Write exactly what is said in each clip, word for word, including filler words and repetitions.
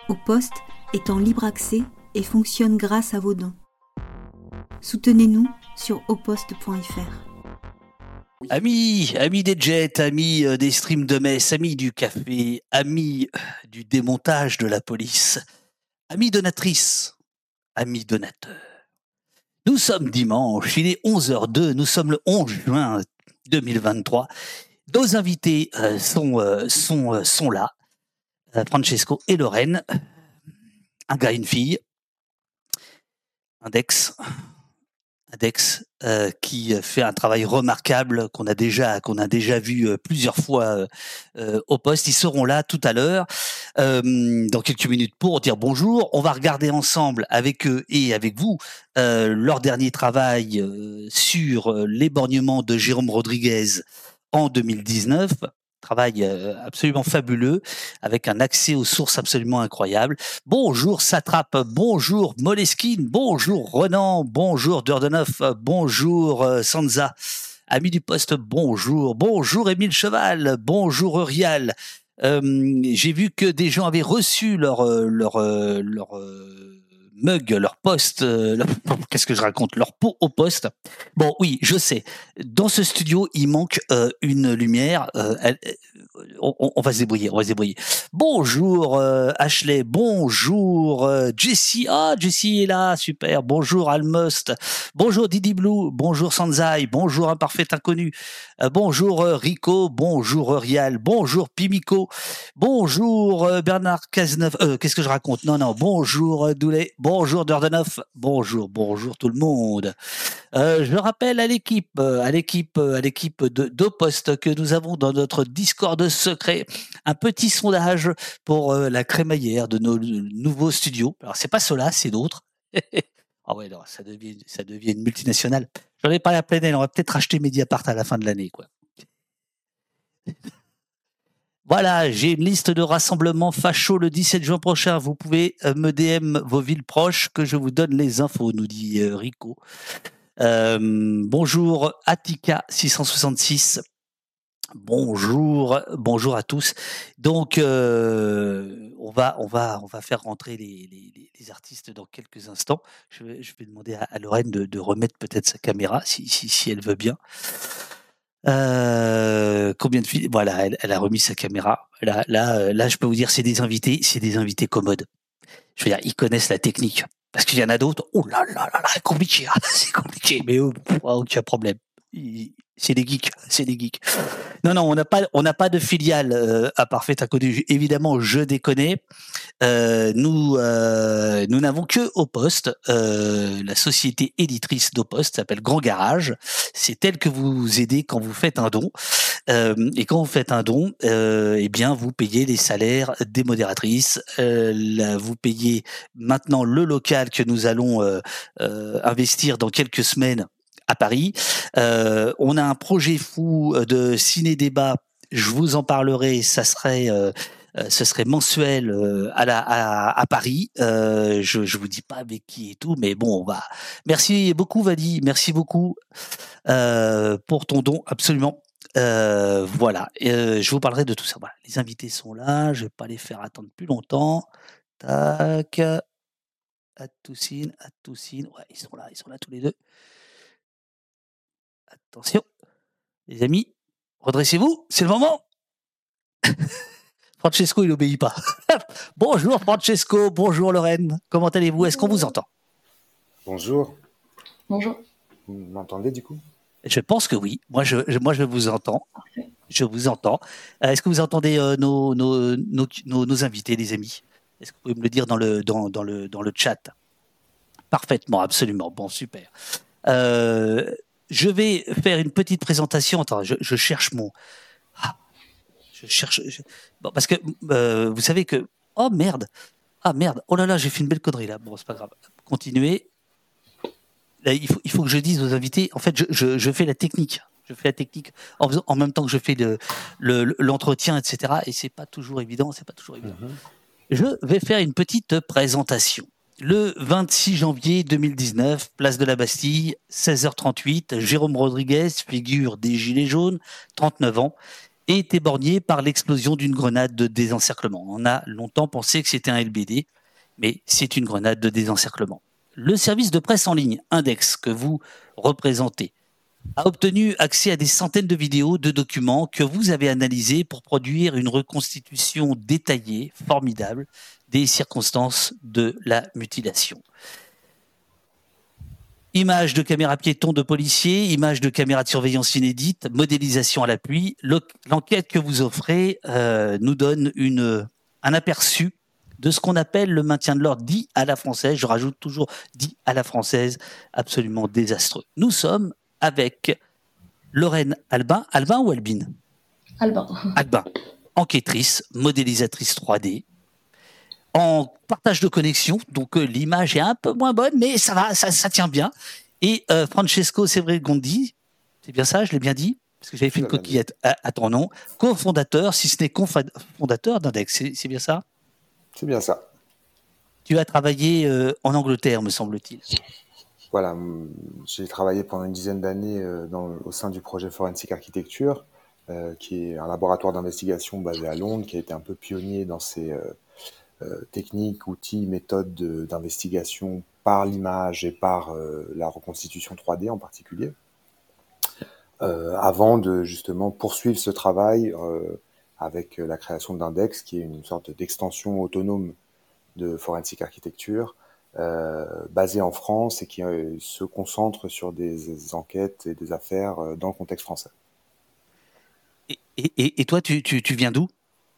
Au Poste est en libre accès et fonctionne grâce à vos dons. Soutenez-nous sur au poste point f r. Amis, amis des jets, amis euh, des streams de messe, amis du café, amis euh, du démontage de la police, amis donatrices, amis donateurs. Nous sommes dimanche, il est onze heures deux, nous sommes le onze juin deux mille vingt-trois. Nos invités euh, sont, euh, sont, euh, sont là, euh, Francesco et Lorraine, un gars et une fille, Index. Index euh, qui fait un travail remarquable qu'on a déjà qu'on a déjà vu euh, plusieurs fois euh, au poste. Ils seront là tout à l'heure euh, dans quelques minutes pour dire bonjour. On va regarder ensemble avec eux et avec vous euh, leur dernier travail euh, sur euh, l'éborgnement de Jérôme Rodriguez en deux mille dix-neuf. Travail euh, absolument fabuleux, avec un accès aux sources absolument incroyable. Bonjour Satrape, bonjour Moleskine, bonjour Renan, bonjour Durdenov, bonjour euh, Sansa, amis du poste, bonjour, bonjour Émile Cheval, bonjour Urial. Euh, j'ai vu que des gens avaient reçu leur euh, leur euh, leur euh, mug, leur poste, euh, leur... qu'est-ce que je raconte, leur pot au poste. Bon, oui, je sais. Dans ce studio, il manque euh, une lumière. Euh, elle, on, on va se débrouiller, on va se débrouiller. Bonjour euh, Ashley, bonjour euh, Jessie. Ah, Jessie est là, super. Bonjour Almost, bonjour Didi Blue, bonjour Sanzai, bonjour Imparfait Inconnu, euh, bonjour euh, Rico, bonjour Rial, bonjour Pimico, bonjour euh, Bernard Cazeneuve. Euh, Qu'est-ce que je raconte? Non, non, bonjour euh, Doulet, bonjour Durdenov, bonjour, bonjour tout le monde. Euh, je rappelle à l'équipe, euh, à l'équipe, euh, à l'équipe de d'Opost que nous avons dans notre Discord secret un petit sondage pour euh, la crémaillère de nos nouveaux studios. Alors c'est pas cela, c'est d'autres. Ah ouais, non, ça devient, ça devient une multinationale. J'en ai parlé à Plenel, on va peut-être racheter Mediapart à la fin de l'année, quoi. Voilà, j'ai une liste de rassemblements fachos le dix-sept juin prochain. Vous pouvez euh, me D M vos villes proches que je vous donne les infos, nous dit euh, Rico. Euh, bonjour Attica six cent soixante-six. Bonjour, bonjour à tous. Donc euh, on va on va on va faire rentrer les, les, les artistes dans quelques instants. Je vais, je vais demander à, à Lorraine de, de remettre peut-être sa caméra si si, si elle veut bien. Euh, combien de filles? Voilà, elle, elle a remis sa caméra. Là là là je peux vous dire c'est des invités, c'est des invités commodes. Je veux dire, ils connaissent la technique. Parce qu'il y en a d'autres, oh là là là là, c'est compliqué, hein, c'est compliqué, mais oh, aucun problème. C'est des geeks, c'est des geeks. Non, non, on n'a pas, on n'a pas de filiale euh, à Parfait Inconnu. Évidemment, je déconne. Euh, nous, euh, nous n'avons que Au Poste, euh, la société éditrice d'Au Poste s'appelle Grand Garage. C'est elle que vous aidez quand vous faites un don. Euh, et quand vous faites un don, euh, eh bien, vous payez les salaires des modératrices. Euh, là, vous payez maintenant le local que nous allons euh, euh, investir dans quelques semaines à Paris. Euh, on a un projet fou de ciné-débat. Je vous en parlerai. Ça serait, euh, ce serait mensuel euh, à, la, à, à Paris. Euh, je, je vous dis pas avec qui et tout, mais bon, on va. Merci beaucoup, Vadi. Merci beaucoup euh, pour ton don, absolument. Euh, voilà. Euh, je vous parlerai de tout ça. Voilà. Les invités sont là. Je vais pas les faire attendre plus longtemps. Tac. Atoussine, Atoussine. Ouais, ils sont là. Ils sont là tous les deux. Attention, les amis, redressez-vous, c'est le moment. Francesco, il n'obéit pas. Bonjour Francesco, bonjour Lorraine, comment allez-vous? Est-ce qu'on vous entend? Bonjour. Bonjour. Vous m'entendez du coup? Je pense que oui, moi je, je, moi, je vous entends. Parfait. Je vous entends. Euh, est-ce que vous entendez euh, nos, nos, nos, nos, nos invités, les amis? Est-ce que vous pouvez me le dire dans le, dans, dans le, dans le chat? Parfaitement, absolument, bon, super. Euh, je vais faire une petite présentation. Attends, je, je cherche mon... Ah, je cherche... Je... Bon, parce que euh, vous savez que... Oh merde! Ah merde! Oh là là, j'ai fait une belle connerie là. Bon, c'est pas grave. Continuez. Là, il, faut, il faut que je dise aux invités... En fait, je, je, je fais la technique. Je fais la technique en, faisant, en même temps que je fais le, le, l'entretien, et cetera. Et c'est pas toujours évident. C'est pas toujours évident. Mm-hmm. Je vais faire une petite présentation. Le vingt-six janvier deux mille dix-neuf, place de la Bastille, seize heures trente-huit, Jérôme Rodriguez, figure des Gilets jaunes, trente-neuf ans, et est éborgné par l'explosion d'une grenade de désencerclement. On a longtemps pensé que c'était un L B D, mais c'est une grenade de désencerclement. Le service de presse en ligne Index que vous représentez a obtenu accès à des centaines de vidéos, de documents que vous avez analysés pour produire une reconstitution détaillée, formidable, des circonstances de la mutilation. Images de caméras piétons de policiers, images de caméras de surveillance inédites, modélisation à l'appui. L'enquête que vous offrez euh, nous donne une, un aperçu de ce qu'on appelle le maintien de l'ordre dit à la française. Je rajoute toujours dit à la française, absolument désastreux. Nous sommes avec Lorraine Albin. Albin ou Albine? Albin. Albin, enquêtrice, modélisatrice trois D, en partage de connexion, donc euh, l'image est un peu moins bonne, mais ça va, ça, ça tient bien. Et euh, Francesco Sevregondi, c'est bien ça, je l'ai bien dit, parce que j'avais fait une coquillette à, à ton nom, cofondateur, si ce n'est cofondateur d'Index, c'est bien ça? C'est bien ça. Tu as travaillé euh, en Angleterre, me semble-t-il. Voilà, j'ai travaillé pendant une dizaine d'années euh, au sein du projet Forensic Architecture, euh, qui est un laboratoire d'investigation basé à Londres, qui a été un peu pionnier dans ces euh, euh, techniques, outils, méthodes d'investigation par l'image et par euh, la reconstitution trois D en particulier, euh, avant de justement poursuivre ce travail euh, avec la création d'Index, qui est une sorte d'extension autonome de Forensic Architecture, Euh, basé en France et qui euh, se concentre sur des, des enquêtes et des affaires euh, dans le contexte français. Et, et, et toi, tu, tu, tu viens d'où?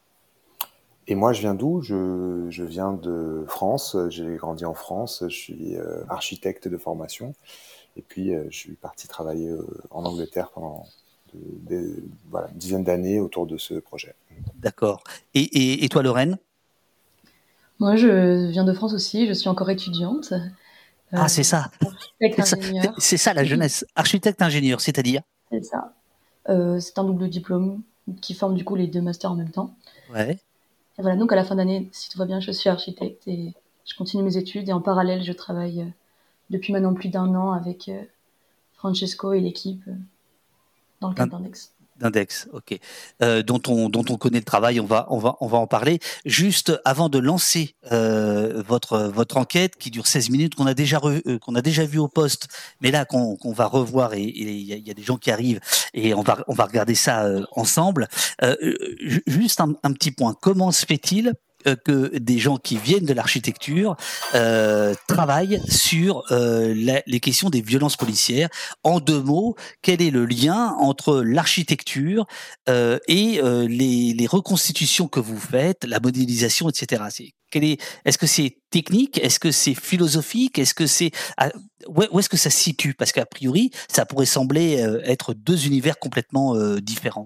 Et moi, je viens d'où? je, je viens de France, j'ai grandi en France, je suis euh, architecte de formation, et puis euh, je suis parti travailler euh, en Angleterre pendant de, de, voilà, une dizaine d'années autour de ce projet. D'accord. Et, et, et toi, Lorraine? Moi, je viens de France aussi, je suis encore étudiante. Euh, ah, c'est ça. C'est ça la jeunesse. Architecte-ingénieur, c'est-à-dire? C'est ça. Euh, c'est un double diplôme qui forme du coup les deux masters en même temps. Ouais. Et voilà, donc à la fin d'année, si tout va bien, je suis architecte et je continue mes études. Et en parallèle, je travaille euh, depuis maintenant plus d'un an avec euh, Francesco et l'équipe euh, dans le cadre d'Index. D'Index, ok. Euh, dont on dont on connaît le travail, on va on va on va en parler. Juste avant de lancer euh, votre votre enquête qui dure seize minutes, qu'on a déjà re, euh, qu'on a déjà vu au poste, mais là qu'on qu'on va revoir et il y a, y a des gens qui arrivent et on va on va regarder ça euh, ensemble. Euh, juste un, un petit point. Comment se fait-il que des gens qui viennent de l'architecture euh, travaillent sur euh, la, les questions des violences policières? En deux mots, quel est le lien entre l'architecture euh, et euh, les, les reconstitutions que vous faites, la modélisation, et cetera. Quel est, est-ce que c'est technique? Est-ce que c'est philosophique? Est-ce que c'est où, où est-ce que ça se situe? Parce qu'a priori, ça pourrait sembler euh, être deux univers complètement euh, différents.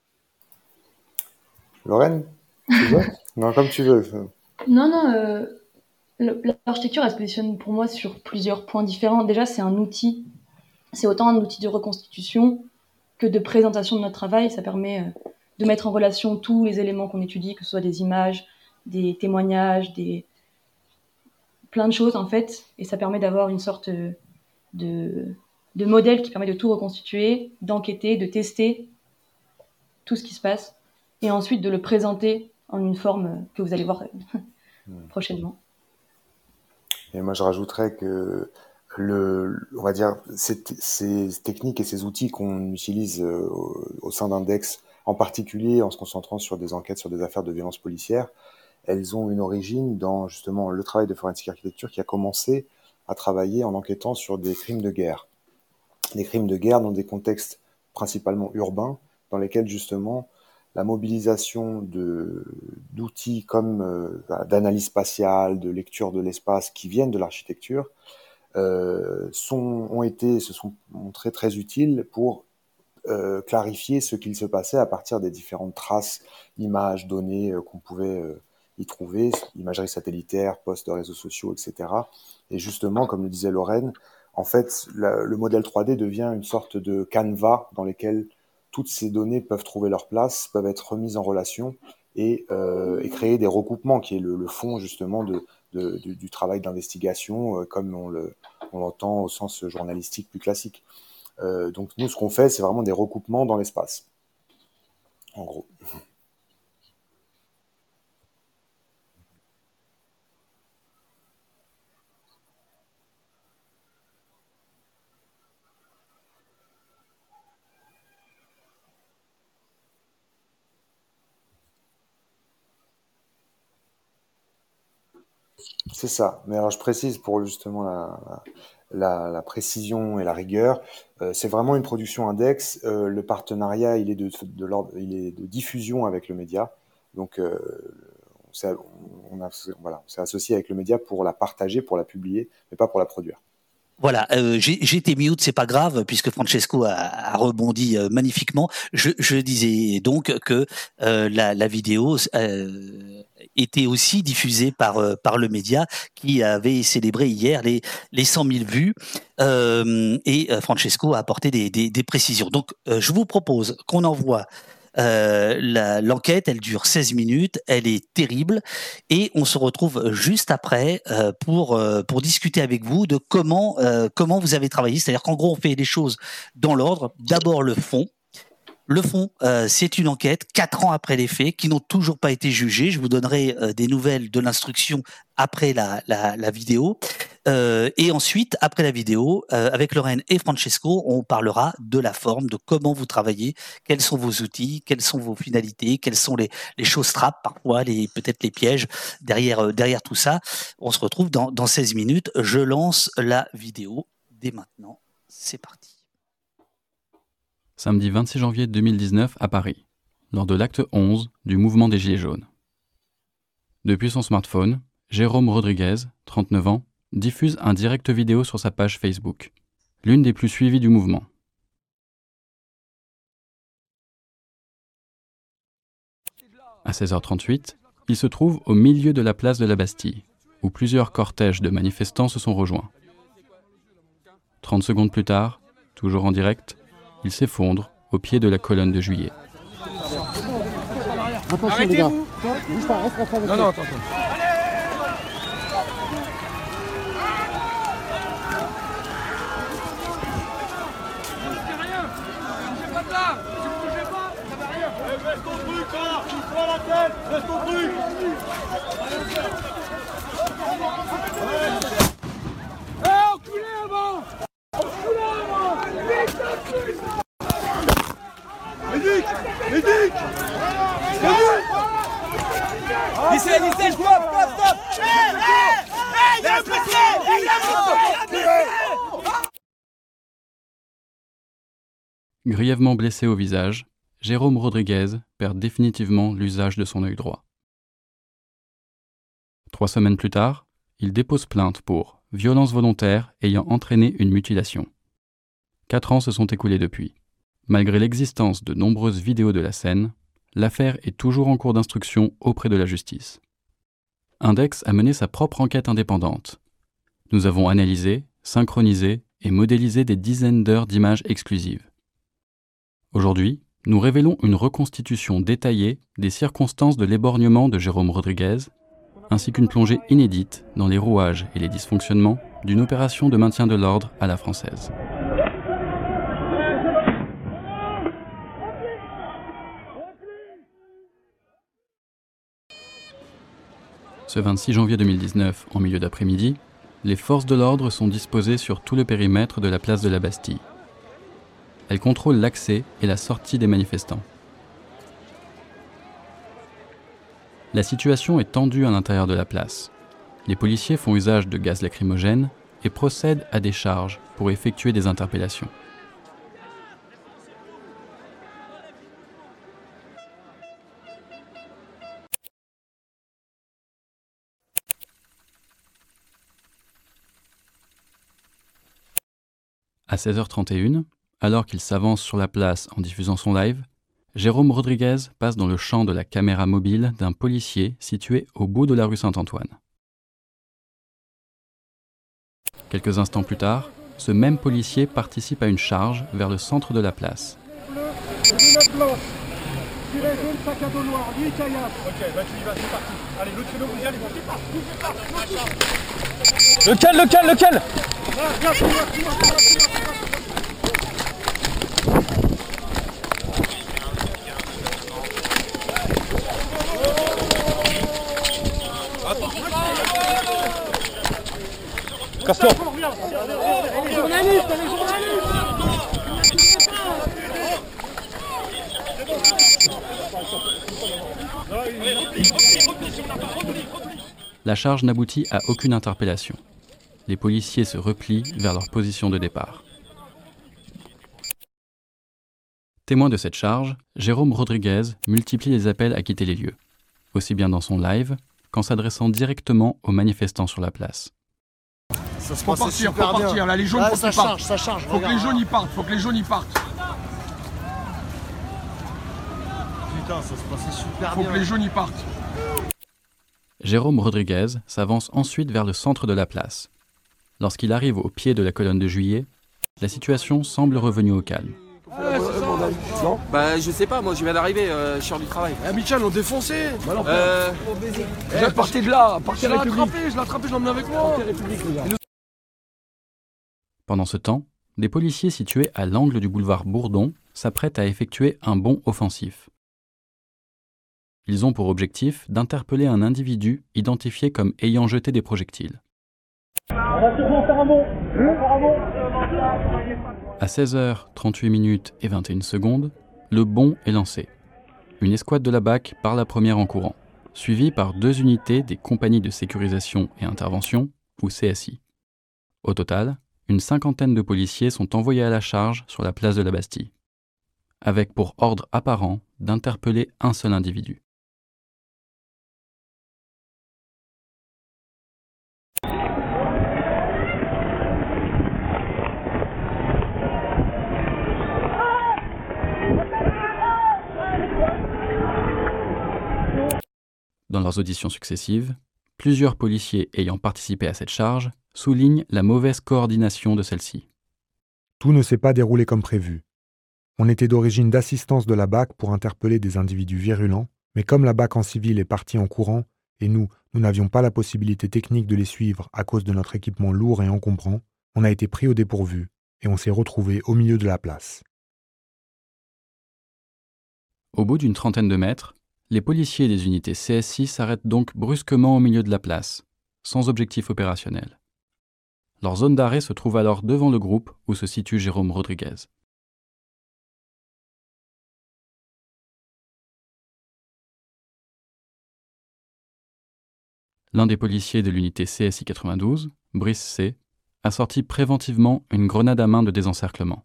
Lorraine, tu veux? Non, comme tu veux. Non, non. Euh, l'architecture, elle se positionne pour moi sur plusieurs points différents. Déjà, c'est un outil. C'est autant un outil de reconstitution que de présentation de notre travail. Ça permet euh, de mettre en relation tous les éléments qu'on étudie, que ce soit des images, des témoignages, des plein de choses en fait. Et ça permet d'avoir une sorte de, de modèle qui permet de tout reconstituer, d'enquêter, de tester tout ce qui se passe, et ensuite de le présenter en une forme que vous allez voir prochainement. Et moi, je rajouterais que le, on va dire, ces, ces techniques et ces outils qu'on utilise euh, au, au sein d'Index, en particulier en se concentrant sur des enquêtes sur des affaires de violence policière, elles ont une origine dans justement le travail de Forensic Architecture qui a commencé à travailler en enquêtant sur des crimes de guerre. Des crimes de guerre dans des contextes principalement urbains, dans lesquels justement la mobilisation de, d'outils comme euh, d'analyse spatiale, de lecture de l'espace qui viennent de l'architecture, euh, sont, ont été, se sont montrés très utiles pour euh, clarifier ce qu'il se passait à partir des différentes traces, images, données euh, qu'on pouvait euh, y trouver, imagerie satellitaire, posts de réseaux sociaux, et cetera. Et justement, comme le disait Lorraine, en fait, la, le modèle trois D devient une sorte de canevas dans lequel toutes ces données peuvent trouver leur place, peuvent être remises en relation et, euh, et créer des recoupements, qui est le, le fond justement de, de, du, du travail d'investigation, euh, comme on, le, on l'entend au sens journalistique plus classique. Euh, donc nous, ce qu'on fait, c'est vraiment des recoupements dans l'espace. en gros. C'est ça. Mais alors, je précise pour justement la, la, la précision et la rigueur, euh, c'est vraiment une production index. Euh, le partenariat, il est de, de l'ordre, il est de diffusion avec le média. Donc, euh, on s'est, on a, voilà, on s'est associé avec le média pour la partager, pour la publier, mais pas pour la produire. Voilà, euh, j'ai, j'ai été mute, c'est pas grave, puisque Francesco a, a rebondi euh, magnifiquement. Je, je disais donc que euh, la, la vidéo euh, était aussi diffusée par euh, par le média qui avait célébré hier les les cent mille vues, euh, et euh, Francesco a apporté des des, des précisions. Donc, euh, je vous propose qu'on envoie. Euh, la, l'enquête, elle dure seize minutes, elle est terrible, et on se retrouve juste après euh, pour euh, pour discuter avec vous de comment euh, comment vous avez travaillé. C'est-à-dire qu'en gros, on fait les choses dans l'ordre. D'abord le fond. Le fond, euh, c'est une enquête quatre ans après les faits qui n'ont toujours pas été jugés. Je vous donnerai euh, des nouvelles de l'instruction après la, la, la vidéo. Euh, et ensuite, après la vidéo, euh, avec Lorraine et Francesco, on parlera de la forme, de comment vous travaillez, quels sont vos outils, quelles sont vos finalités, quelles sont les, les choses trappes, parfois les, peut-être les pièges derrière, euh, derrière tout ça. On se retrouve dans, dans seize minutes. Je lance la vidéo dès maintenant. C'est parti. Samedi vingt-six janvier deux mille dix-neuf à Paris, lors de l'acte onze du mouvement des Gilets jaunes. Depuis son smartphone, Jérôme Rodriguez, trente-neuf ans, diffuse un direct vidéo sur sa page Facebook, l'une des plus suivies du mouvement. À seize heures trente-huit, il se trouve au milieu de la place de la Bastille, où plusieurs cortèges de manifestants se sont rejoints. trente secondes plus tard, toujours en direct, il s'effondre au pied de la colonne de Juillet. Attention les gars. Non, non, attends, attends. Laisse ton truc là, toi la tête, laisse ton truc. Eh, enculé avant. Enculé avant. Médic, Médic. Lycée, lycée, stop, stop, stop. Hé, hé, hé, il y a un blessé, il y a un blessé. Grièvement blessé au visage, Jérôme Rodriguez perd définitivement l'usage de son œil droit. Trois semaines plus tard, il dépose plainte pour violence volontaire ayant entraîné une mutilation. Quatre ans se sont écoulés depuis. Malgré l'existence de nombreuses vidéos de la scène, l'affaire est toujours en cours d'instruction auprès de la justice. Index a mené sa propre enquête indépendante. Nous avons analysé, synchronisé et modélisé des dizaines d'heures d'images exclusives. Aujourd'hui, nous révélons une reconstitution détaillée des circonstances de l'éborgnement de Jérôme Rodriguez, ainsi qu'une plongée inédite dans les rouages et les dysfonctionnements d'une opération de maintien de l'ordre à la française. Ce vingt-six janvier deux mille dix-neuf, en milieu d'après-midi, les forces de l'ordre sont disposées sur tout le périmètre de la place de la Bastille. Elles contrôlent l'accès et la sortie des manifestants. La situation est tendue à l'intérieur de la place. Les policiers font usage de gaz lacrymogène et procèdent à des charges pour effectuer des interpellations. À seize heures trente et une, alors qu'il s'avance sur la place en diffusant son live, Jérôme Rodriguez passe dans le champ de la caméra mobile d'un policier situé au bout de la rue Saint-Antoine. Quelques instants plus tard, ce même policier participe à une charge vers le centre de la place. Lequel, lequel, lequel? Casse-toi. Les journalistes, les journalistes. La charge n'aboutit à aucune interpellation. Les policiers se replient vers leur position de départ. Témoin de cette charge, Jérôme Rodriguez multiplie les appels à quitter les lieux, aussi bien dans son live qu'en s'adressant directement aux manifestants sur la place. Ça se faut partir, faut partir. Bien. Là, les jaunes, ouais, faut ça charge, partent. Ça charge. Faut regarde. que les jaunes y partent. Faut que les jaunes y partent. Putain, ça se passait super faut bien. Faut que les jaunes y partent. Jérôme Rodriguez s'avance ensuite vers le centre de la place. Lorsqu'il arrive au pied de la colonne de Juillet, la situation semble revenue au calme. Ouais, c'est ça. Non bah je sais pas, moi je viens d'arriver, euh, je suis hors du travail. Eh Michel, on défoncé. Bah non, euh... eh, partez de là, partez de la République. Je l'ai attrapé, je l'emmène avec moi. Pendant ce temps, des policiers situés à l'angle du boulevard Bourdon s'apprêtent à effectuer un bond offensif. Ils ont pour objectif d'interpeller un individu identifié comme ayant jeté des projectiles. On va sûrement faire un bond. On va faire un bond. À seize heures trente-huit minutes et vingt et une secondes, le bond est lancé. Une escouade de la B A C part la première en courant, suivie par deux unités des compagnies de sécurisation et intervention, ou C S I. Au total, une cinquantaine de policiers sont envoyés à la charge sur la place de la Bastille, avec pour ordre apparent d'interpeller un seul individu. Dans leurs auditions successives, plusieurs policiers ayant participé à cette charge soulignent la mauvaise coordination de celle-ci. Tout ne s'est pas déroulé comme prévu. On était d'origine d'assistance de la B A C pour interpeller des individus virulents, mais comme la B A C en civil est partie en courant, et nous, nous n'avions pas la possibilité technique de les suivre à cause de notre équipement lourd et encombrant, on a été pris au dépourvu, et on s'est retrouvés au milieu de la place. Au bout d'une trentaine de mètres, les policiers des unités C S I s'arrêtent donc brusquement au milieu de la place, sans objectif opérationnel. Leur zone d'arrêt se trouve alors devant le groupe où se situe Jérôme Rodriguez. L'un des policiers de l'unité C S I quatre-vingt-douze, Brice C, a sorti préventivement une grenade à main de désencerclement.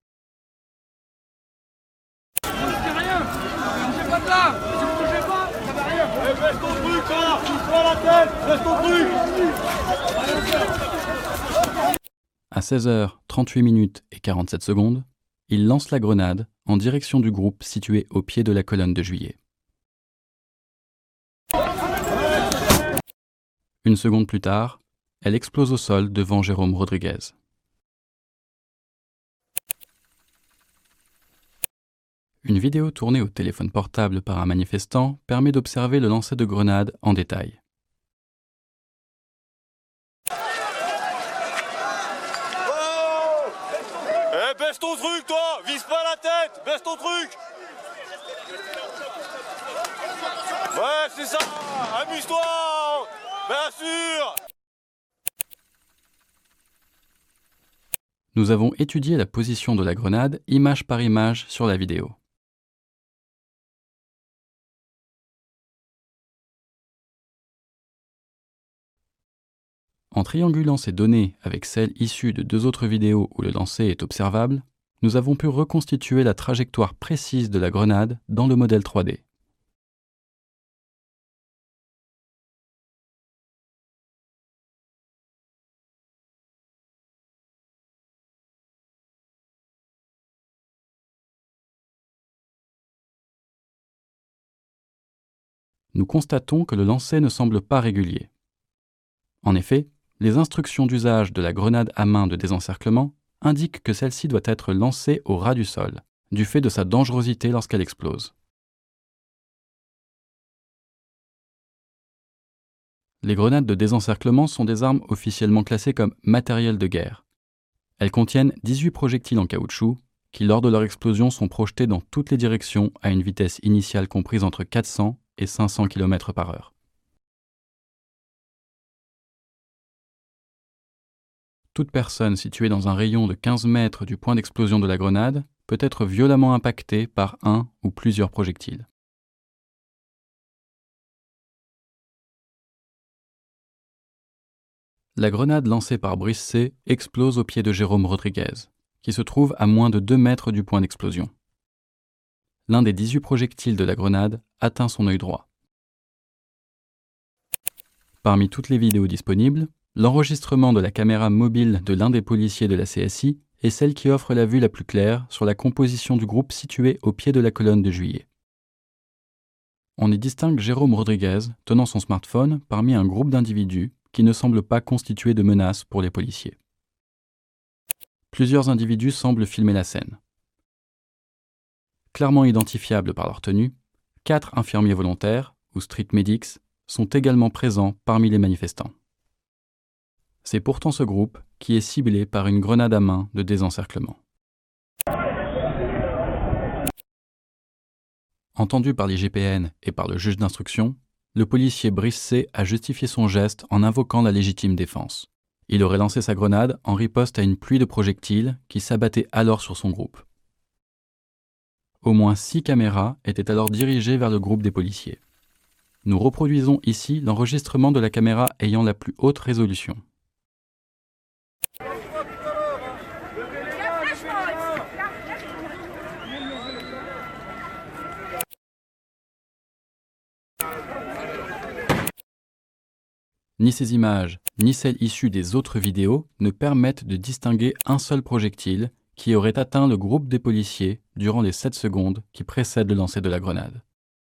Baisse ton truc là, touche-toi la tête, baisse ton truc. À seize heures trente-huit minutes et quarante-sept secondes, il lance la grenade en direction du groupe situé au pied de la colonne de Juillet. Une seconde plus tard, elle explose au sol devant Jérôme Rodriguez. Une vidéo tournée au téléphone portable par un manifestant permet d'observer le lancer de grenades en détail. Oh eh, baisse ton truc, toi! Vise pas la tête! Baisse ton truc! Ouais, c'est ça! Amuse-toi! Bien sûr! Nous avons étudié la position de la grenade image par image sur la vidéo. En triangulant ces données avec celles issues de deux autres vidéos où le lancer est observable, nous avons pu reconstituer la trajectoire précise de la grenade dans le modèle trois D. Nous constatons que le lancer ne semble pas régulier. En effet, les instructions d'usage de la grenade à main de désencerclement indiquent que celle-ci doit être lancée au ras du sol, du fait de sa dangerosité lorsqu'elle explose. Les grenades de désencerclement sont des armes officiellement classées comme matériel de guerre. Elles contiennent dix-huit projectiles en caoutchouc qui, lors de leur explosion, sont projetés dans toutes les directions à une vitesse initiale comprise entre quatre cents et cinq cents kilomètres par heure. toute personne située dans un rayon de quinze mètres du point d'explosion de la grenade peut être violemment impactée par un ou plusieurs projectiles. La grenade lancée par Brice C explose au pied de Jérôme Rodriguez, qui se trouve à moins de deux mètres du point d'explosion. L'un des dix-huit projectiles de la grenade atteint son œil droit. Parmi toutes les vidéos disponibles, l'enregistrement de la caméra mobile de l'un des policiers de la C S I est celle qui offre la vue la plus claire sur la composition du groupe situé au pied de la colonne de Juillet. On y distingue Jérôme Rodriguez tenant son smartphone parmi un groupe d'individus qui ne semblent pas constituer de menace pour les policiers. Plusieurs individus semblent filmer la scène. Clairement identifiables par leur tenue, quatre infirmiers volontaires, ou street medics, sont également présents parmi les manifestants. C'est pourtant ce groupe qui est ciblé par une grenade à main de désencerclement. Entendu par l'I G P N et par le juge d'instruction, le policier Brice C a justifié son geste en invoquant la légitime défense. Il aurait lancé sa grenade en riposte à une pluie de projectiles qui s'abattait alors sur son groupe. Au moins six caméras étaient alors dirigées vers le groupe des policiers. Nous reproduisons ici l'enregistrement de la caméra ayant la plus haute résolution. Ni ces images, ni celles issues des autres vidéos ne permettent de distinguer un seul projectile qui aurait atteint le groupe des policiers durant les sept secondes qui précèdent le lancer de la grenade.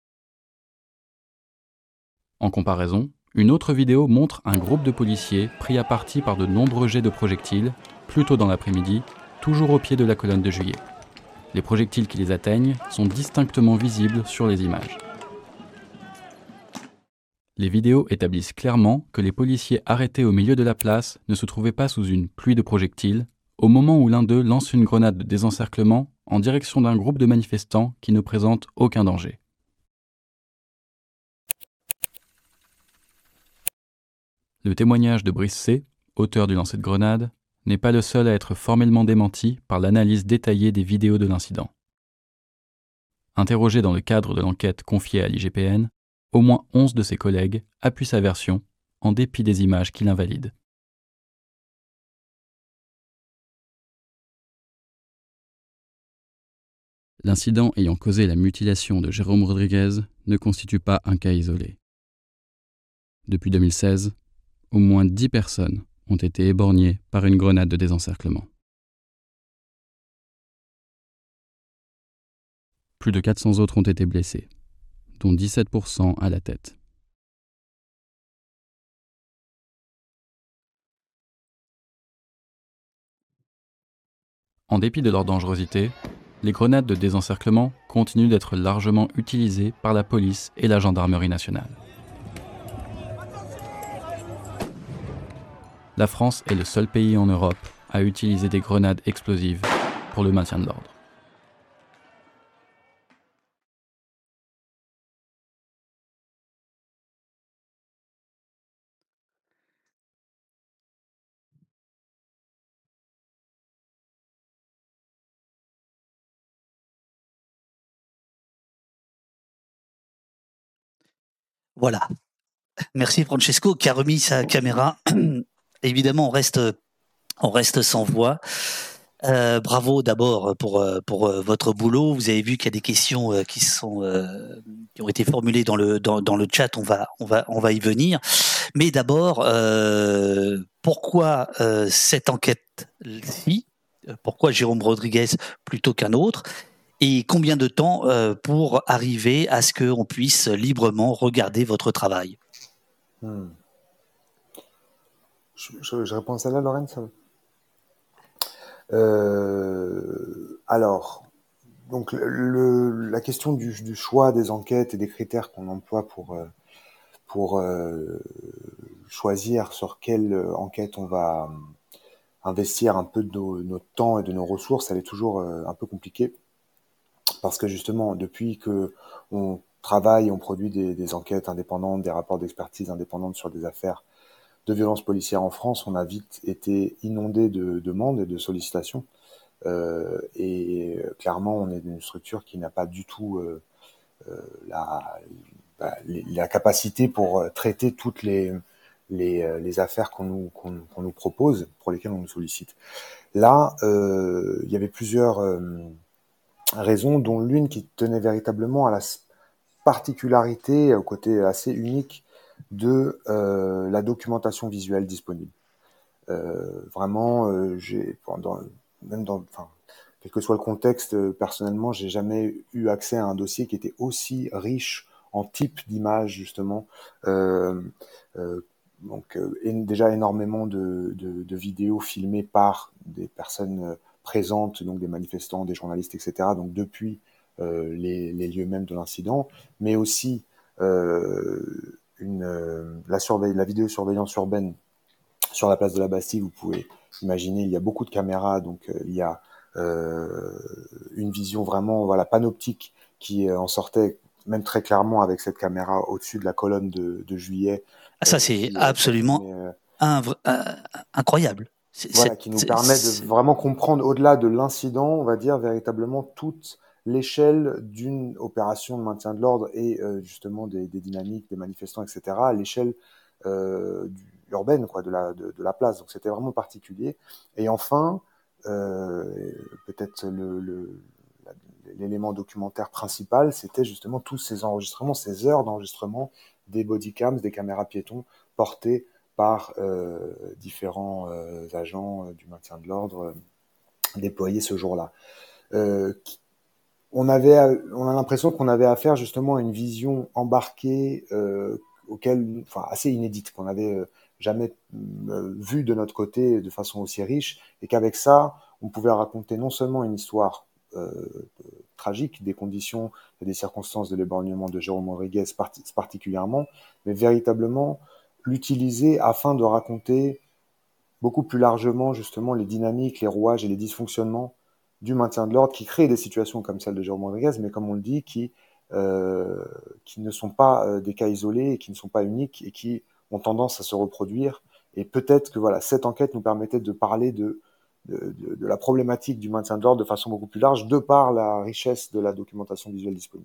En comparaison, une autre vidéo montre un groupe de policiers pris à partie par de nombreux jets de projectiles, plus tôt dans l'après-midi, toujours au pied de la colonne de Juillet. Les projectiles qui les atteignent sont distinctement visibles sur les images. Les vidéos établissent clairement que les policiers arrêtés au milieu de la place ne se trouvaient pas sous une pluie de projectiles au moment où l'un d'eux lance une grenade de désencerclement en direction d'un groupe de manifestants qui ne présente aucun danger. Le témoignage de Brice C, auteur du lancer de grenade, n'est pas le seul à être formellement démenti par l'analyse détaillée des vidéos de l'incident. Interrogé dans le cadre de l'enquête confiée à l'I G P N, au moins onze de ses collègues appuient sa version, en dépit des images qui l'invalident. L'incident ayant causé la mutilation de Jérôme Rodriguez ne constitue pas un cas isolé. Depuis deux mille seize, au moins dix personnes ont été éborgnées par une grenade de désencerclement. Plus de quatre cents autres ont été blessés, dont dix-sept pour cent à la tête. En dépit de leur dangerosité, les grenades de désencerclement continuent d'être largement utilisées par la police et la gendarmerie nationale. La France est le seul pays en Europe à utiliser des grenades explosives pour le maintien de l'ordre. Voilà. Merci Francesco qui a remis sa caméra. Évidemment, on reste, on reste sans voix. Euh, bravo d'abord pour, pour votre boulot. Vous avez vu qu'il y a des questions qui, sont, euh, qui ont été formulées dans le, dans, dans le chat. On va, on va, on va y venir. Mais d'abord, euh, pourquoi euh, cette enquête-ci ? Pourquoi Jérôme Rodriguez plutôt qu'un autre ? Et combien de temps euh, pour arriver à ce qu'on puisse librement regarder votre travail ? hmm. je, je, je réponds à celle-là, Lorraine, ça va. Euh, alors, donc le, la question du, du choix des enquêtes et des critères qu'on emploie pour, pour euh, choisir sur quelle enquête on va investir un peu de nos, notre temps et de nos ressources, elle est toujours euh, un peu compliquée. Parce que justement, depuis que on travaille, on produit des, des enquêtes indépendantes, des rapports d'expertise indépendantes sur des affaires de violences policières en France, on a vite été inondé de demandes et de sollicitations. Euh, et euh, clairement, on est une structure qui n'a pas du tout euh, euh, la, bah, les, la capacité pour traiter toutes les, les, les affaires qu'on nous, qu'on, qu'on nous propose, pour lesquelles on nous sollicite. Là, euh, il y avait plusieurs euh, raisons, dont l'une qui tenait véritablement à la particularité, au côté assez unique de euh, la documentation visuelle disponible. Euh, vraiment, euh, j'ai pendant même dans, enfin, quel que soit le contexte, euh, personnellement, j'ai jamais eu accès à un dossier qui était aussi riche en types d'images justement. Euh, euh, donc euh, et déjà énormément de, de, de vidéos filmées par des personnes présentes, donc des manifestants, des journalistes, et cetera. Donc depuis euh, les, les lieux mêmes de l'incident, mais aussi euh, une euh, la surveille, la vidéosurveillance urbaine sur la place de la Bastille. Vous pouvez imaginer, il y a beaucoup de caméras, donc euh, il y a euh, une vision vraiment voilà panoptique qui euh, en sortait même très clairement avec cette caméra au-dessus de la colonne de, de Juillet. Ah, ça, c'est euh, absolument euh, un, un, incroyable. C'est, voilà, qui nous permet de vraiment comprendre, au-delà de l'incident, on va dire véritablement toute l'échelle d'une opération de maintien de l'ordre et euh, justement des, des dynamiques, des manifestants, et cetera, à l'échelle euh, du, urbaine, quoi, de la, de, de la place. Donc c'était vraiment particulier. Et enfin, euh, peut-être le, le, l'élément documentaire principal, c'était justement tous ces enregistrements, ces heures d'enregistrement des bodycams, des caméras piétons portées par euh, différents euh, agents euh, du maintien de l'ordre euh, déployés ce jour-là. Euh, on avait, on a l'impression qu'on avait affaire justement à une vision embarquée, euh, auquel, enfin, assez inédite, qu'on avait euh, jamais euh, vue de notre côté de façon aussi riche, et qu'avec ça, on pouvait raconter non seulement une histoire euh, tragique des conditions et des circonstances de l'éborgnement de Jérôme Rodriguez parti- particulièrement, mais véritablement l'utiliser afin de raconter beaucoup plus largement justement les dynamiques, les rouages et les dysfonctionnements du maintien de l'ordre qui créent des situations comme celle de Jérôme Rodriguez, mais comme on le dit, qui, euh, qui ne sont pas euh, des cas isolés et qui ne sont pas uniques et qui ont tendance à se reproduire. Et peut-être que voilà, cette enquête nous permettait de parler de, de, de, de la problématique du maintien de l'ordre de façon beaucoup plus large, de par la richesse de la documentation visuelle disponible.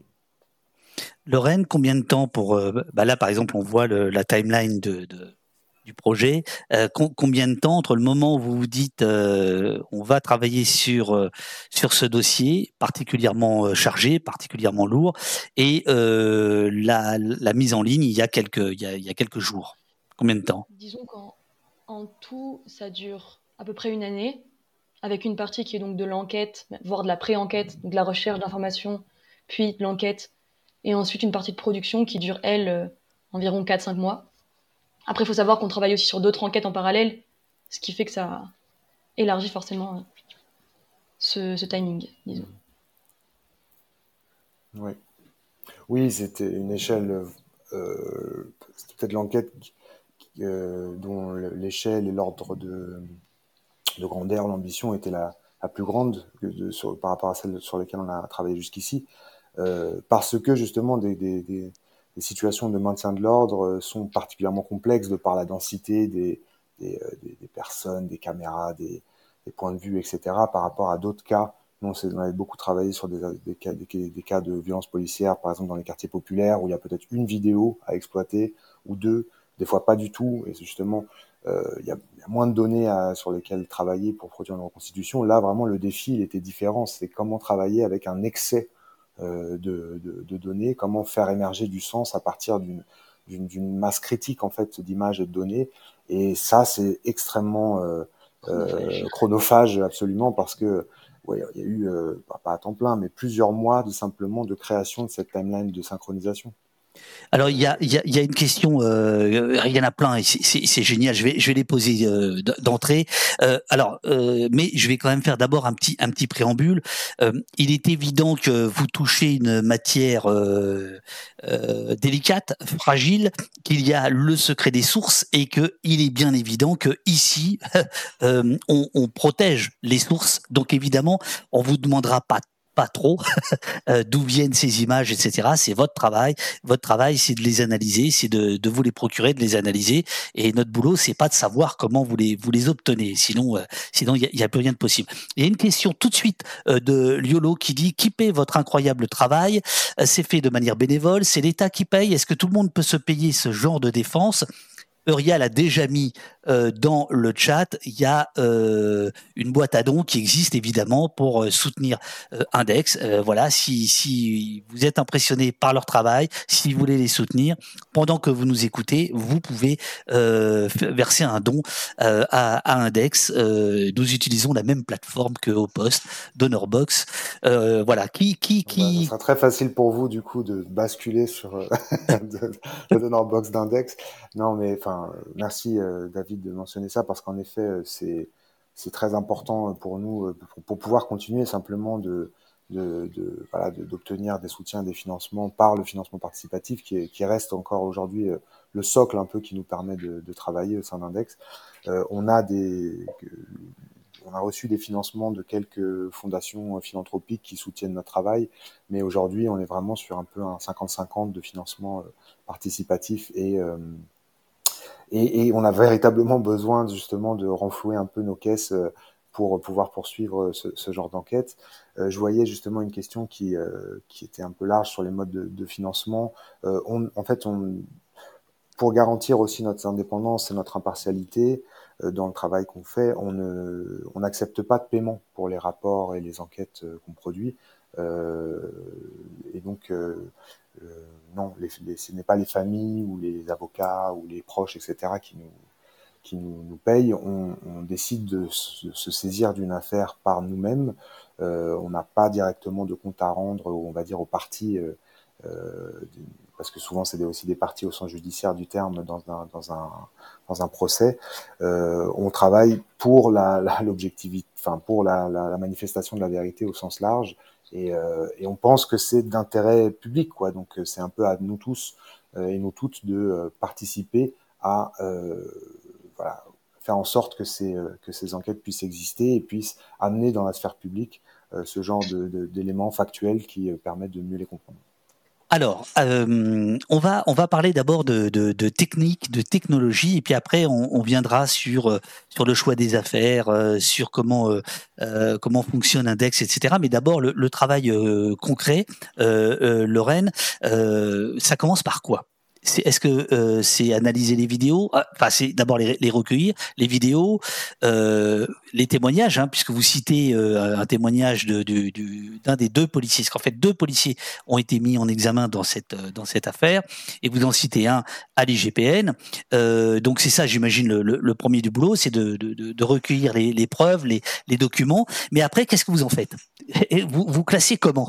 Lorraine, combien de temps pour... Euh, bah là, par exemple, on voit le, la timeline de, de, du projet. Euh, com- combien de temps entre le moment où vous vous dites euh, on va travailler sur, euh, sur ce dossier particulièrement euh, chargé, particulièrement lourd, et euh, la, la mise en ligne il y a quelques, il y a, il y a quelques jours? Combien de temps? Disons qu'en en tout, ça dure à peu près une année, avec une partie qui est donc de l'enquête, voire de la pré-enquête, donc de la recherche d'informations, puis de l'enquête, et ensuite une partie de production qui dure, elle, euh, environ quatre à cinq mois. Après, il faut savoir qu'on travaille aussi sur d'autres enquêtes en parallèle, ce qui fait que ça élargit forcément euh, ce, ce timing, disons. Oui, oui, c'était une échelle, euh, c'était peut-être l'enquête euh, dont l'échelle et l'ordre de, de grandeur, l'ambition était la, la plus grande de, sur, par rapport à celle sur lesquelles on a travaillé jusqu'ici, euh, parce que justement des, des, des, des situations de maintien de l'ordre sont particulièrement complexes de par la densité des, des, des, des personnes, des caméras, des, des points de vue, et cetera, par rapport à d'autres cas. Nous, on avait beaucoup travaillé sur des, des, cas, des, des cas de violence policière, par exemple dans les quartiers populaires, où il y a peut-être une vidéo à exploiter, ou deux, des fois pas du tout, et c'est justement, euh, il y a, il y a moins de données à, sur lesquelles travailler pour produire une reconstitution. Là, vraiment, le défi, il était différent. C'est comment travailler avec un excès euh, de, de, de données, comment faire émerger du sens à partir d'une, d'une, d'une masse critique, en fait, d'images et de données. Et ça, c'est extrêmement euh, chronophage. Euh, chronophage, absolument, parce que ouais, il y a eu, euh, pas à temps plein, mais plusieurs mois de simplement de création de cette timeline de synchronisation. Alors il y a, y, a, y a une question, euh, il y en a plein et c'est, c'est, c'est génial. Je vais, je vais les poser euh, d'entrée. Euh, alors, euh, mais je vais quand même faire d'abord un petit, un petit préambule. Euh, il est évident que vous touchez une matière euh, euh, délicate, fragile, qu'il y a le secret des sources et que il est bien évident que ici euh, on, on protège les sources. Donc évidemment, on vous demandera pas pas trop euh, d'où viennent ces images, et cetera. C'est votre travail. Votre travail, c'est de les analyser, c'est de, de vous les procurer, de les analyser. Et notre boulot, c'est pas de savoir comment vous les, vous les obtenez. Sinon, euh, sinon il y a, a plus rien de possible. Il y a une question tout de suite euh, de Liolo qui dit qui paie votre incroyable travail. Euh, c'est fait de manière bénévole. C'est l'État qui paye. Est-ce que tout le monde peut se payer ce genre de défense? Eurial a déjà mis euh, dans le chat, il y a euh, une boîte à dons qui existe évidemment pour euh, soutenir euh, Index. Euh, voilà, si, si vous êtes impressionné par leur travail, si vous voulez les soutenir, pendant que vous nous écoutez, vous pouvez euh, verser un don euh, à, à Index. Euh, nous utilisons la même plateforme que Au Poste, DonorBox. Euh, voilà, qui, qui, qui. Ça sera très facile pour vous du coup de basculer sur le DonorBox d'Index. Non, mais enfin. Merci euh, David de mentionner ça parce qu'en effet euh, c'est c'est très important pour nous euh, pour, pour pouvoir continuer simplement de de, de voilà de, d'obtenir des soutiens, des financements par le financement participatif qui, est, qui reste encore aujourd'hui euh, le socle un peu qui nous permet de, de travailler au sein d'Index. Euh, on a des on a reçu des financements de quelques fondations philanthropiques qui soutiennent notre travail, mais aujourd'hui on est vraiment sur un peu un cinquante cinquante de financement euh, participatif et euh, Et, et on a véritablement besoin justement de renflouer un peu nos caisses pour pouvoir poursuivre ce, ce genre d'enquête. Euh, je voyais justement une question qui, euh, qui était un peu large sur les modes de, de financement. Euh, on, en fait, on, pour garantir aussi notre indépendance et notre impartialité euh, dans le travail qu'on fait, on ne, on n'accepte pas de paiement pour les rapports et les enquêtes euh, qu'on produit. Euh, et donc, euh, euh, non, les, les, ce n'est pas les familles ou les avocats ou les proches, et cetera, qui nous, qui nous, nous payent. On, on décide de se, se saisir d'une affaire par nous-mêmes. Euh, on n'a pas directement de compte à rendre, on va dire, aux parties, euh, euh, parce que souvent c'est aussi des parties au sens judiciaire du terme dans un, dans un, dans un procès. Euh, on travaille pour la, la, l'objectivité, enfin pour la, la, la manifestation de la vérité au sens large. Et, euh, et on pense que c'est d'intérêt public, quoi. Donc c'est un peu à nous tous euh, et nous toutes de euh, participer à euh, voilà, faire en sorte que ces euh, que ces enquêtes puissent exister et puissent amener dans la sphère publique euh, ce genre de, de, d'éléments factuels qui euh, permettent de mieux les comprendre. Alors, euh, on va on va parler d'abord de, de, de technique, de technologie, et puis après on, on viendra sur sur le choix des affaires, euh, sur comment euh, euh, comment fonctionne Index, et cetera. Mais d'abord le, le travail euh, concret, euh, euh, Lorraine, euh, ça commence par quoi? C'est, est-ce que euh, c'est analyser les vidéos? Enfin, c'est d'abord les, les recueillir, les vidéos, euh, les témoignages, hein, puisque vous citez euh, un témoignage de, de, de, d'un des deux policiers. Parce qu'en fait, deux policiers ont été mis en examen dans cette dans cette affaire, et vous en citez un à l'I G P N. Euh, donc c'est ça, j'imagine, le, le, le premier du boulot, c'est de, de, de recueillir les, les preuves, les, les documents. Mais après, qu'est-ce que vous en faites? Et vous vous classez comment?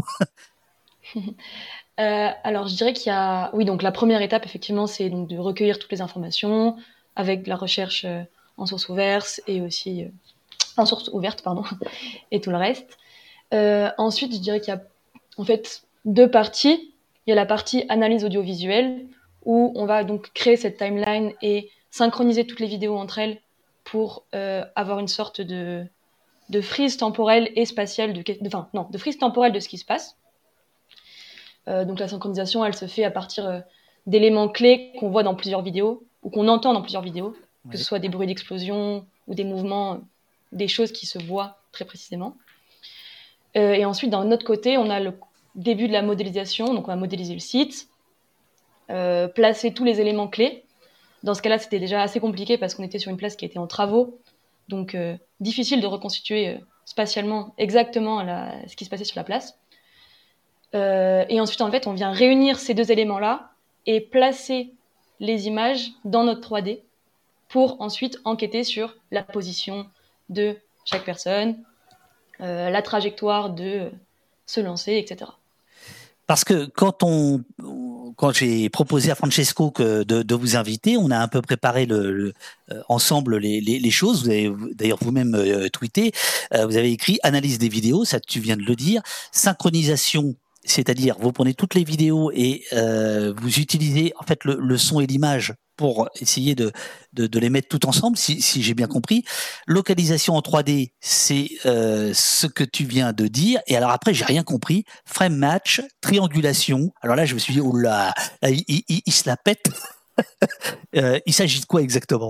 Euh, alors, je dirais qu'il y a, oui, donc la première étape, effectivement, c'est donc de recueillir toutes les informations avec la recherche euh, en source ouverte et aussi euh, en source ouverte, pardon, et tout le reste. Euh, ensuite, je dirais qu'il y a en fait deux parties. Il y a la partie analyse audiovisuelle où on va donc créer cette timeline et synchroniser toutes les vidéos entre elles pour euh, avoir une sorte de de frise temporelle et spatiale de, de, enfin non, de frise temporelle de ce qui se passe. Euh, donc la synchronisation, elle se fait à partir euh, d'éléments clés qu'on voit dans plusieurs vidéos ou qu'on entend dans plusieurs vidéos, oui. Que ce soit des bruits d'explosion ou des mouvements, euh, des choses qui se voient très précisément. Euh, et ensuite, d'un autre côté, on a le début de la modélisation, donc on va modéliser le site, euh, placer tous les éléments clés. Dans ce cas-là, c'était déjà assez compliqué parce qu'on était sur une place qui était en travaux, donc euh, difficile de reconstituer euh, spatialement exactement la, ce qui se passait sur la place. Euh, et ensuite, en fait, on vient réunir ces deux éléments-là et placer les images dans notre trois D pour ensuite enquêter sur la position de chaque personne, euh, la trajectoire de se lancer, et cetera. Parce que quand on, quand j'ai proposé à Francesco que de, de vous inviter, on a un peu préparé le, le euh, ensemble les, les, les choses. Vous avez d'ailleurs vous-même euh, tweeté, euh, vous avez écrit analyse des vidéos, ça tu viens de le dire, synchronisation c'est-à-dire vous prenez toutes les vidéos et euh, vous utilisez en fait le, le son et l'image pour essayer de, de, de les mettre tout ensemble, si, si j'ai bien compris. Localisation en trois D, c'est euh, ce que tu viens de dire. Et alors après, j'ai rien compris. Frame match, triangulation. Alors là, je me suis dit, oh là, il, il, il, il se la pète. euh, il s'agit de quoi exactement?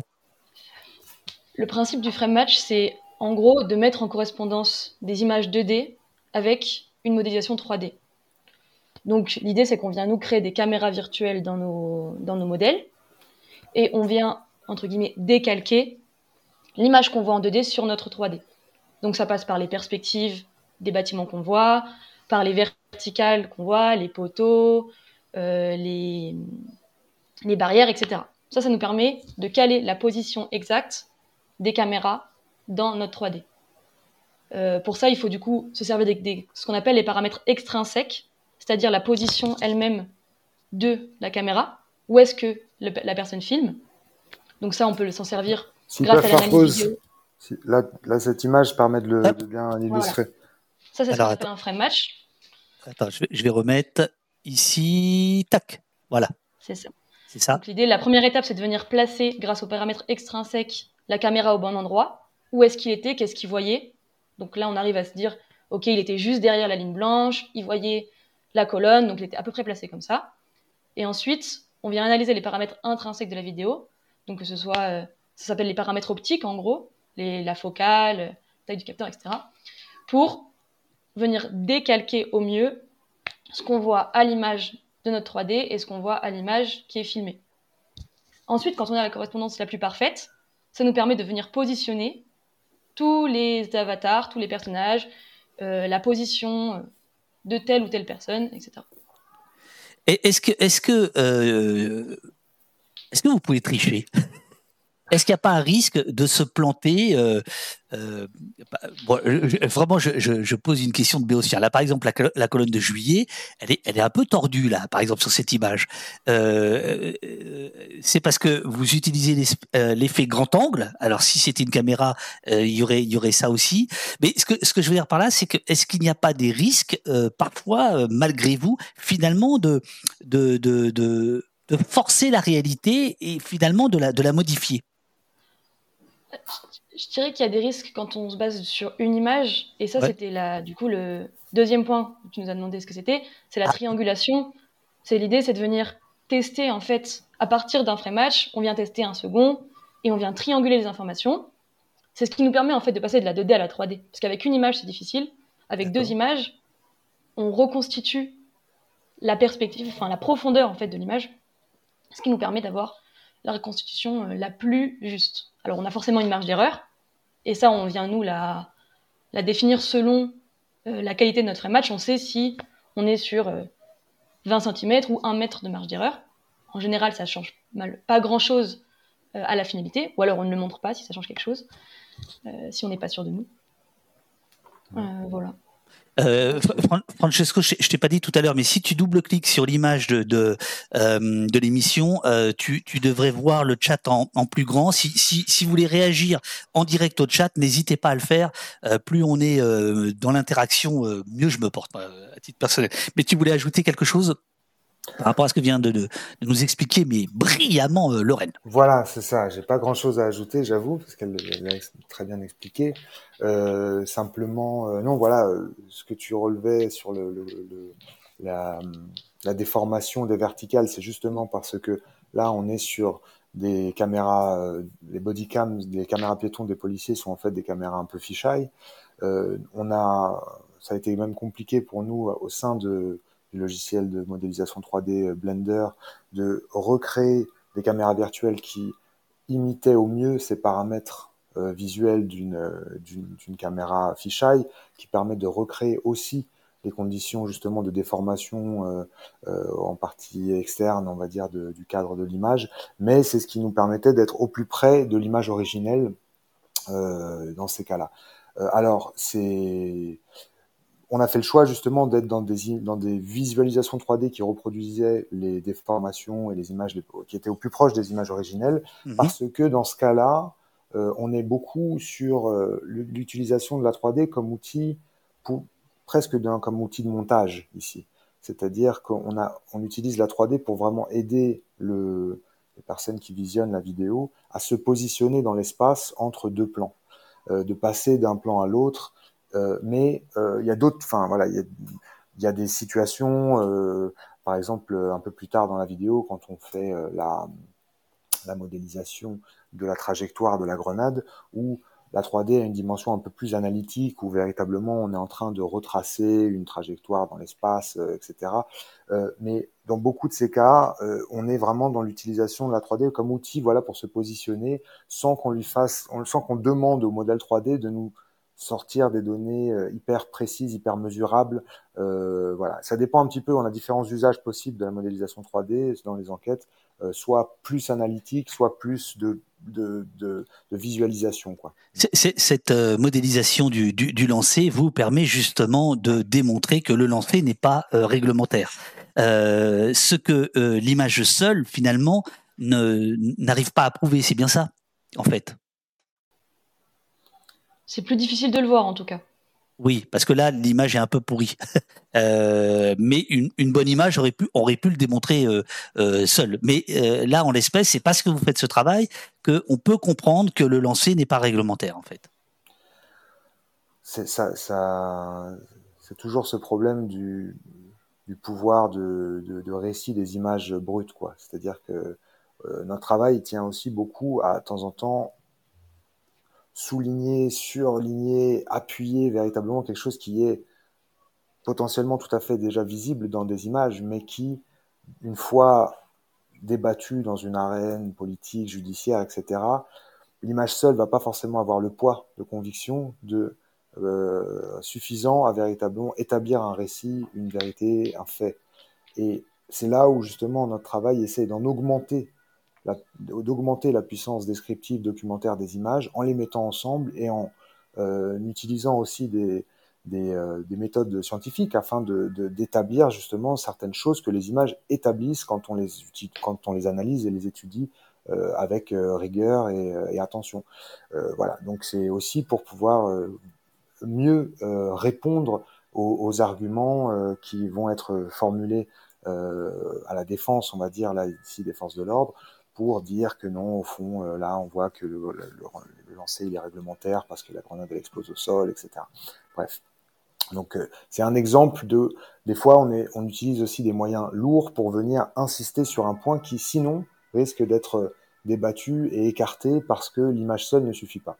Le principe du frame match, c'est en gros de mettre en correspondance des images deux D avec une modélisation trois D. Donc l'idée, c'est qu'on vient nous créer des caméras virtuelles dans nos, dans nos modèles. Et on vient, entre guillemets, décalquer l'image qu'on voit en deux D sur notre trois D. Donc ça passe par les perspectives des bâtiments qu'on voit, par les verticales qu'on voit, les poteaux, euh, les, les barrières, et cetera. Ça, ça nous permet de caler la position exacte des caméras dans notre trois D. Euh, pour ça, il faut du coup se servir de des, ce qu'on appelle les paramètres extrinsèques, c'est-à-dire la position elle-même de la caméra, où est-ce que le, la personne filme. Donc ça, on peut s'en servir S'ils grâce peuvent à faire l'analyse pause, vidéo. si, là, là, cette image permet de, le, de bien illustrer. Voilà. Ça, c'est ce qu'on Alors, appelle un frame match. Attends, je vais, je vais remettre ici. Tac, voilà. C'est ça. C'est ça. Donc l'idée, la première étape, c'est de venir placer, grâce aux paramètres extrinsèques, la caméra au bon endroit. Où est-ce qu'il était, qu'est-ce qu'il voyait. Donc là, on arrive à se dire, ok, il était juste derrière la ligne blanche, il voyait la colonne, donc il était à peu près placé comme ça. Et ensuite, on vient analyser les paramètres intrinsèques de la vidéo, donc que ce soit, euh, ça s'appelle les paramètres optiques en gros, les, la focale, taille du capteur, et cetera, pour venir décalquer au mieux ce qu'on voit à l'image de notre trois D et ce qu'on voit à l'image qui est filmée. Ensuite, quand on a la correspondance la plus parfaite, ça nous permet de venir positionner tous les avatars, tous les personnages, euh, la position de telle ou telle personne, et cetera. Et est-ce que, est-ce que, euh, est-ce que vous pouvez tricher? Est-ce qu'il n'y a pas un risque de se planter euh, euh, bon, je, vraiment, je, je, je pose une question de béotien. Là, par exemple, la, la colonne de juillet, elle est, elle est un peu tordue, là, par exemple, sur cette image. Euh, c'est parce que vous utilisez l'effet grand angle. Alors, si c'était une caméra, euh, il y aurait, il y aurait ça aussi. Mais ce que, ce que je veux dire par là, c'est que est-ce qu'il n'y a pas des risques, euh, parfois, euh, malgré vous, finalement, de, de, de, de, de forcer la réalité et finalement de la, de la modifier? Je dirais qu'il y a des risques quand on se base sur une image, et ça, ouais. C'était la, du coup le deuxième point que tu nous as demandé ce que c'était, c'est la ah. triangulation. C'est l'idée, c'est de venir tester, en fait, à partir d'un frame match, on vient tester un second, et on vient trianguler les informations. C'est ce qui nous permet, en fait, de passer de la deux D à la trois D. Parce qu'avec une image, c'est difficile. Avec D'accord. deux images, on reconstitue la perspective, enfin la profondeur, en fait, de l'image, ce qui nous permet d'avoir la reconstitution la plus juste. Alors, on a forcément une marge d'erreur, et ça, on vient, nous, la, la définir selon euh, la qualité de notre frame match. On sait si on est sur euh, vingt centimètres ou un mètre de marge d'erreur. En général, ça ne change mal, pas grand-chose euh, à la finalité, ou alors on ne le montre pas si ça change quelque chose, euh, si on n'est pas sûr de nous. Euh, voilà. Euh, Francesco, je, je t'ai pas dit tout à l'heure, mais si tu double-cliques sur l'image de de, euh, de l'émission, euh, tu, tu devrais voir le chat en, en plus grand. Si, si, si vous voulez réagir en direct au chat, n'hésitez pas à le faire. Euh, plus on est euh, dans l'interaction, euh, mieux je me porte euh, à titre personnel. Mais tu voulais ajouter quelque chose par rapport à ce que vient de, de, de nous expliquer, mais brillamment, euh, Lorraine. Voilà, c'est ça. J'ai pas grand-chose à ajouter, j'avoue, parce qu'elle l'a très bien expliqué. Euh, simplement, euh, non, voilà, euh, ce que tu relevais sur le, le, le la, la déformation des verticales, c'est justement parce que là, on est sur des caméras, euh, les bodycams, les caméras piétons des policiers sont en fait des caméras un peu fisheye. Euh, on a, ça a été même compliqué pour nous au sein de du logiciel de modélisation trois D Blender, de recréer des caméras virtuelles qui imitaient au mieux ces paramètres euh, visuels d'une, d'une, d'une caméra fisheye, qui permet de recréer aussi les conditions justement de déformation euh, euh, en partie externe, on va dire, de, du cadre de l'image, mais c'est ce qui nous permettait d'être au plus près de l'image originelle euh, dans ces cas-là. Euh, alors, c'est... On a fait le choix justement d'être dans des, dans des visualisations trois D qui reproduisaient les déformations et les images les, qui étaient au plus proche des images originelles, mmh. parce que dans ce cas-là, euh, on est beaucoup sur euh, l'utilisation de la trois D comme outil, pour, presque d'un, comme outil de montage ici. c'est-à-dire qu'on a, on utilise la trois D pour vraiment aider le, les personnes qui visionnent la vidéo à se positionner dans l'espace entre deux plans, euh, de passer d'un plan à l'autre. Euh, mais il euh, y a d'autres, enfin voilà, il y a, y a des situations, euh, par exemple un peu plus tard dans la vidéo, quand on fait euh, la, la modélisation de la trajectoire de la grenade, où la trois D a une dimension un peu plus analytique, où véritablement on est en train de retracer une trajectoire dans l'espace, euh, et cetera. Euh, mais dans beaucoup de ces cas, euh, on est vraiment dans l'utilisation de la trois D comme outil, voilà, pour se positionner, sans qu'on lui fasse, sans qu'on demande au modèle trois D de nous sortir des données euh, hyper précises, hyper mesurables. Euh, voilà, ça dépend un petit peu. On a différents usages possibles de la modélisation trois D dans les enquêtes, euh, soit plus analytique, soit plus de De, de, de visualisation, quoi. C'est, c'est, cette euh, modélisation du, du, du lancer vous permet justement de démontrer que le lancer n'est pas euh, réglementaire. Euh, ce que euh, l'image seule, finalement, ne, n'arrive pas à prouver, c'est bien ça, en fait. C'est plus difficile de le voir, en tout cas. Oui, parce que là, l'image est un peu pourrie. euh, mais une, une bonne image aurait pu, aurait pu le démontrer euh, euh, seule. Mais euh, là, en l'espèce, c'est parce que vous faites ce travail qu'on peut comprendre que le lancer n'est pas réglementaire, en fait. C'est, ça, ça, c'est toujours ce problème du, du pouvoir de, de, de récit des images brutes, quoi. C'est-à-dire que euh, notre travail tient aussi beaucoup à, de temps en temps, souligner, surligner, appuyer véritablement quelque chose qui est potentiellement tout à fait déjà visible dans des images, mais qui, une fois débattu dans une arène politique, judiciaire, et cetera, l'image seule va pas forcément avoir le poids de conviction de, euh, suffisant à véritablement établir un récit, une vérité, un fait. Et c'est là où justement notre travail essaie d'en augmenter La, d'augmenter la puissance descriptive, documentaire des images en les mettant ensemble et en euh, utilisant aussi des, des, euh, des méthodes scientifiques afin de, de, d'établir justement certaines choses que les images établissent quand on les, quand on les analyse et les étudie euh, avec euh, rigueur et, et attention. Euh, voilà, donc c'est aussi pour pouvoir euh, mieux euh, répondre aux, aux arguments euh, qui vont être formulés euh, à la défense, on va dire, là ici, des forces de l'ordre, pour dire que non, au fond, euh, là, on voit que le, le, le lancer, il est réglementaire parce que la grenade, elle explose au sol, et cetera. Bref. Donc, euh, c'est un exemple de... Des fois, on, est, on utilise aussi des moyens lourds pour venir insister sur un point qui, sinon, risque d'être débattu et écarté parce que l'image seule ne suffit pas.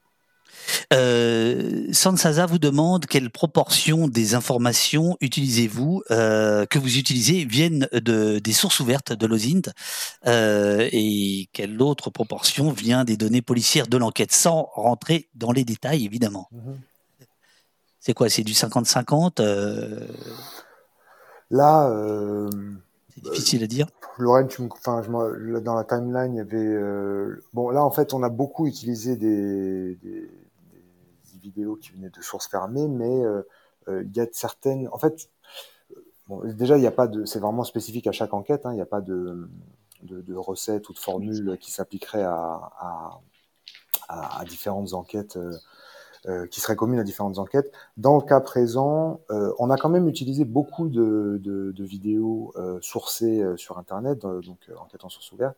Euh, Sansaza vous demande quelle proportion des informations utilisez-vous, euh, que vous utilisez viennent de, des sources ouvertes de l'O S I N T euh, et quelle autre proportion vient des données policières de l'enquête, sans rentrer dans les détails évidemment. Mmh. C'est quoi, c'est du cinquante cinquante euh... Là, euh, c'est difficile à dire. Lorraine, tu me, enfin, je, dans la timeline, il y avait... Euh, bon, là, en fait, on a beaucoup utilisé des... des vidéos qui venaient de sources fermées, mais il euh, euh, y a certaines... En fait, bon, déjà, il n'y a pas de... C'est vraiment spécifique à chaque enquête, il hein, n'y a pas de, de, de recette ou de formule qui s'appliquerait à, à, à, à différentes enquêtes, euh, euh, qui seraient communes à différentes enquêtes. Dans le cas présent, euh, on a quand même utilisé beaucoup de, de, de vidéos euh, sourcées euh, sur Internet, euh, donc euh, enquête en source ouverte.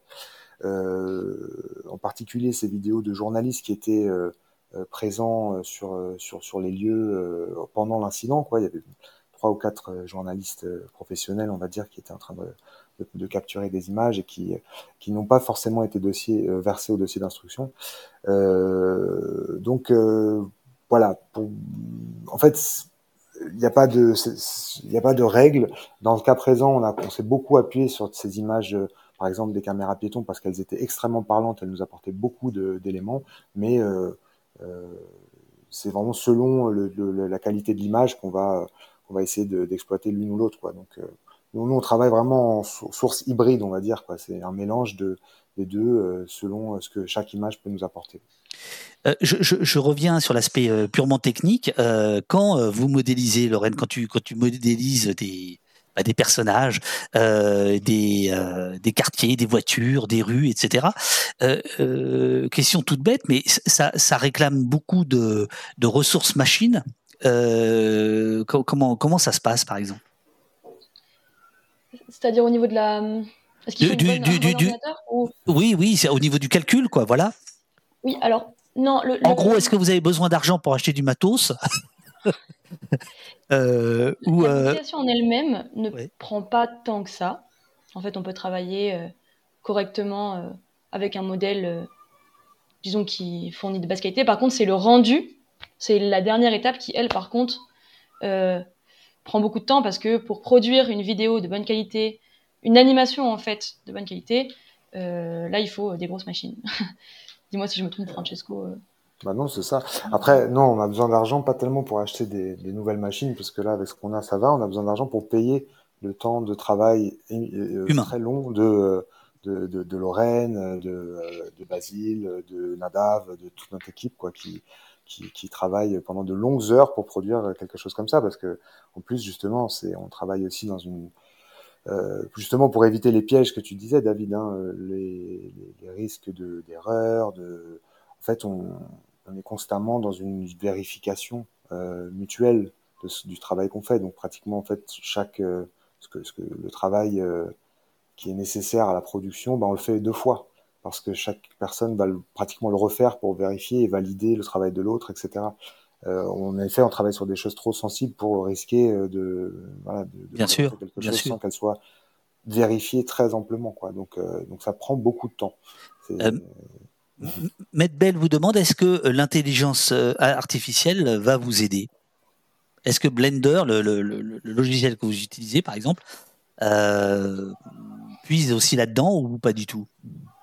Euh, en particulier ces vidéos de journalistes qui étaient... Euh, présent sur, sur, sur les lieux euh, pendant l'incident, quoi. Il y avait trois ou quatre journalistes professionnels, on va dire, qui étaient en train de, de, de capturer des images et qui, qui n'ont pas forcément été dossier, euh, versés au dossier d'instruction. Euh, donc, euh, voilà. Pour, en fait, il n'y a pas de, il n'y a pas de règles. Dans le cas présent, on, a, on s'est beaucoup appuyé sur ces images, par exemple, des caméras piétons, parce qu'elles étaient extrêmement parlantes, elles nous apportaient beaucoup de, d'éléments, mais euh, Euh, c'est vraiment selon le, le, la qualité de l'image qu'on va, qu'on va essayer de, d'exploiter l'une ou l'autre, quoi. Donc, euh, nous, on travaille vraiment en source hybride, on va dire, quoi. C'est un mélange de, des deux euh, selon ce que chaque image peut nous apporter. Euh, je, je, je reviens sur l'aspect euh, purement technique. Euh, quand euh, vous modélisez, Lorraine, quand tu, quand tu modélises des... des personnages, euh, des, euh, des quartiers, des voitures, des rues, et cetera. Euh, euh, question toute bête, mais ça, ça réclame beaucoup de, de ressources machines. Euh, comment, comment ça se passe, par exemple ? C'est-à-dire au niveau de la... Est-ce qu'il faut du, une bonne, du, un du, bon du... ordinateur ou... Oui, oui, c'est au niveau du calcul, quoi, voilà. Oui, alors, non... Le, en le... gros, est-ce que vous avez besoin d'argent pour acheter du matos euh, La ou, modélisation euh... en elle-même ne ouais. prend pas tant que ça. En fait, on peut travailler euh, correctement euh, avec un modèle, euh, disons, qui fournit de basse qualité. Par contre, c'est le rendu, c'est la dernière étape qui, elle, par contre, euh, prend beaucoup de temps parce que pour produire une vidéo de bonne qualité, une animation, en fait, de bonne qualité, euh, là, il faut des grosses machines. Dis-moi si je me trompe, Francesco. Euh... Bah non, c'est ça. Après, non, on a besoin d'argent, pas tellement pour acheter des, des nouvelles machines, parce que là, avec ce qu'on a, ça va. On a besoin d'argent pour payer le temps de travail euh, très long de, de, de, de Lorraine, de, de Basile, de Nadav, de toute notre équipe, quoi, qui, qui, qui travaille pendant de longues heures pour produire quelque chose comme ça, parce que, en plus, justement, c'est, on travaille aussi dans une, Euh, justement pour éviter les pièges que tu disais, David, hein, les, les, les risques de, d'erreur, de, en fait, on, on est constamment dans une vérification euh, mutuelle de, du travail qu'on fait. Donc pratiquement, en fait, chaque euh, ce que, ce que le travail euh, qui est nécessaire à la production, bah, on le fait deux fois parce que chaque personne va le, pratiquement le refaire pour vérifier et valider le travail de l'autre, et cetera. Euh, en effet, on travaille sur des choses trop sensibles pour risquer de, voilà, de, de bien sûr, quelque bien chose sûr. sans qu'elle soit vérifiée très amplement, quoi. Donc, euh, donc ça prend beaucoup de temps. Euh, Maître Bell vous demande, est-ce que l'intelligence artificielle va vous aider? Est-ce que Blender, le, le, le, le logiciel que vous utilisez, par exemple, euh, puise aussi là-dedans ou pas du tout?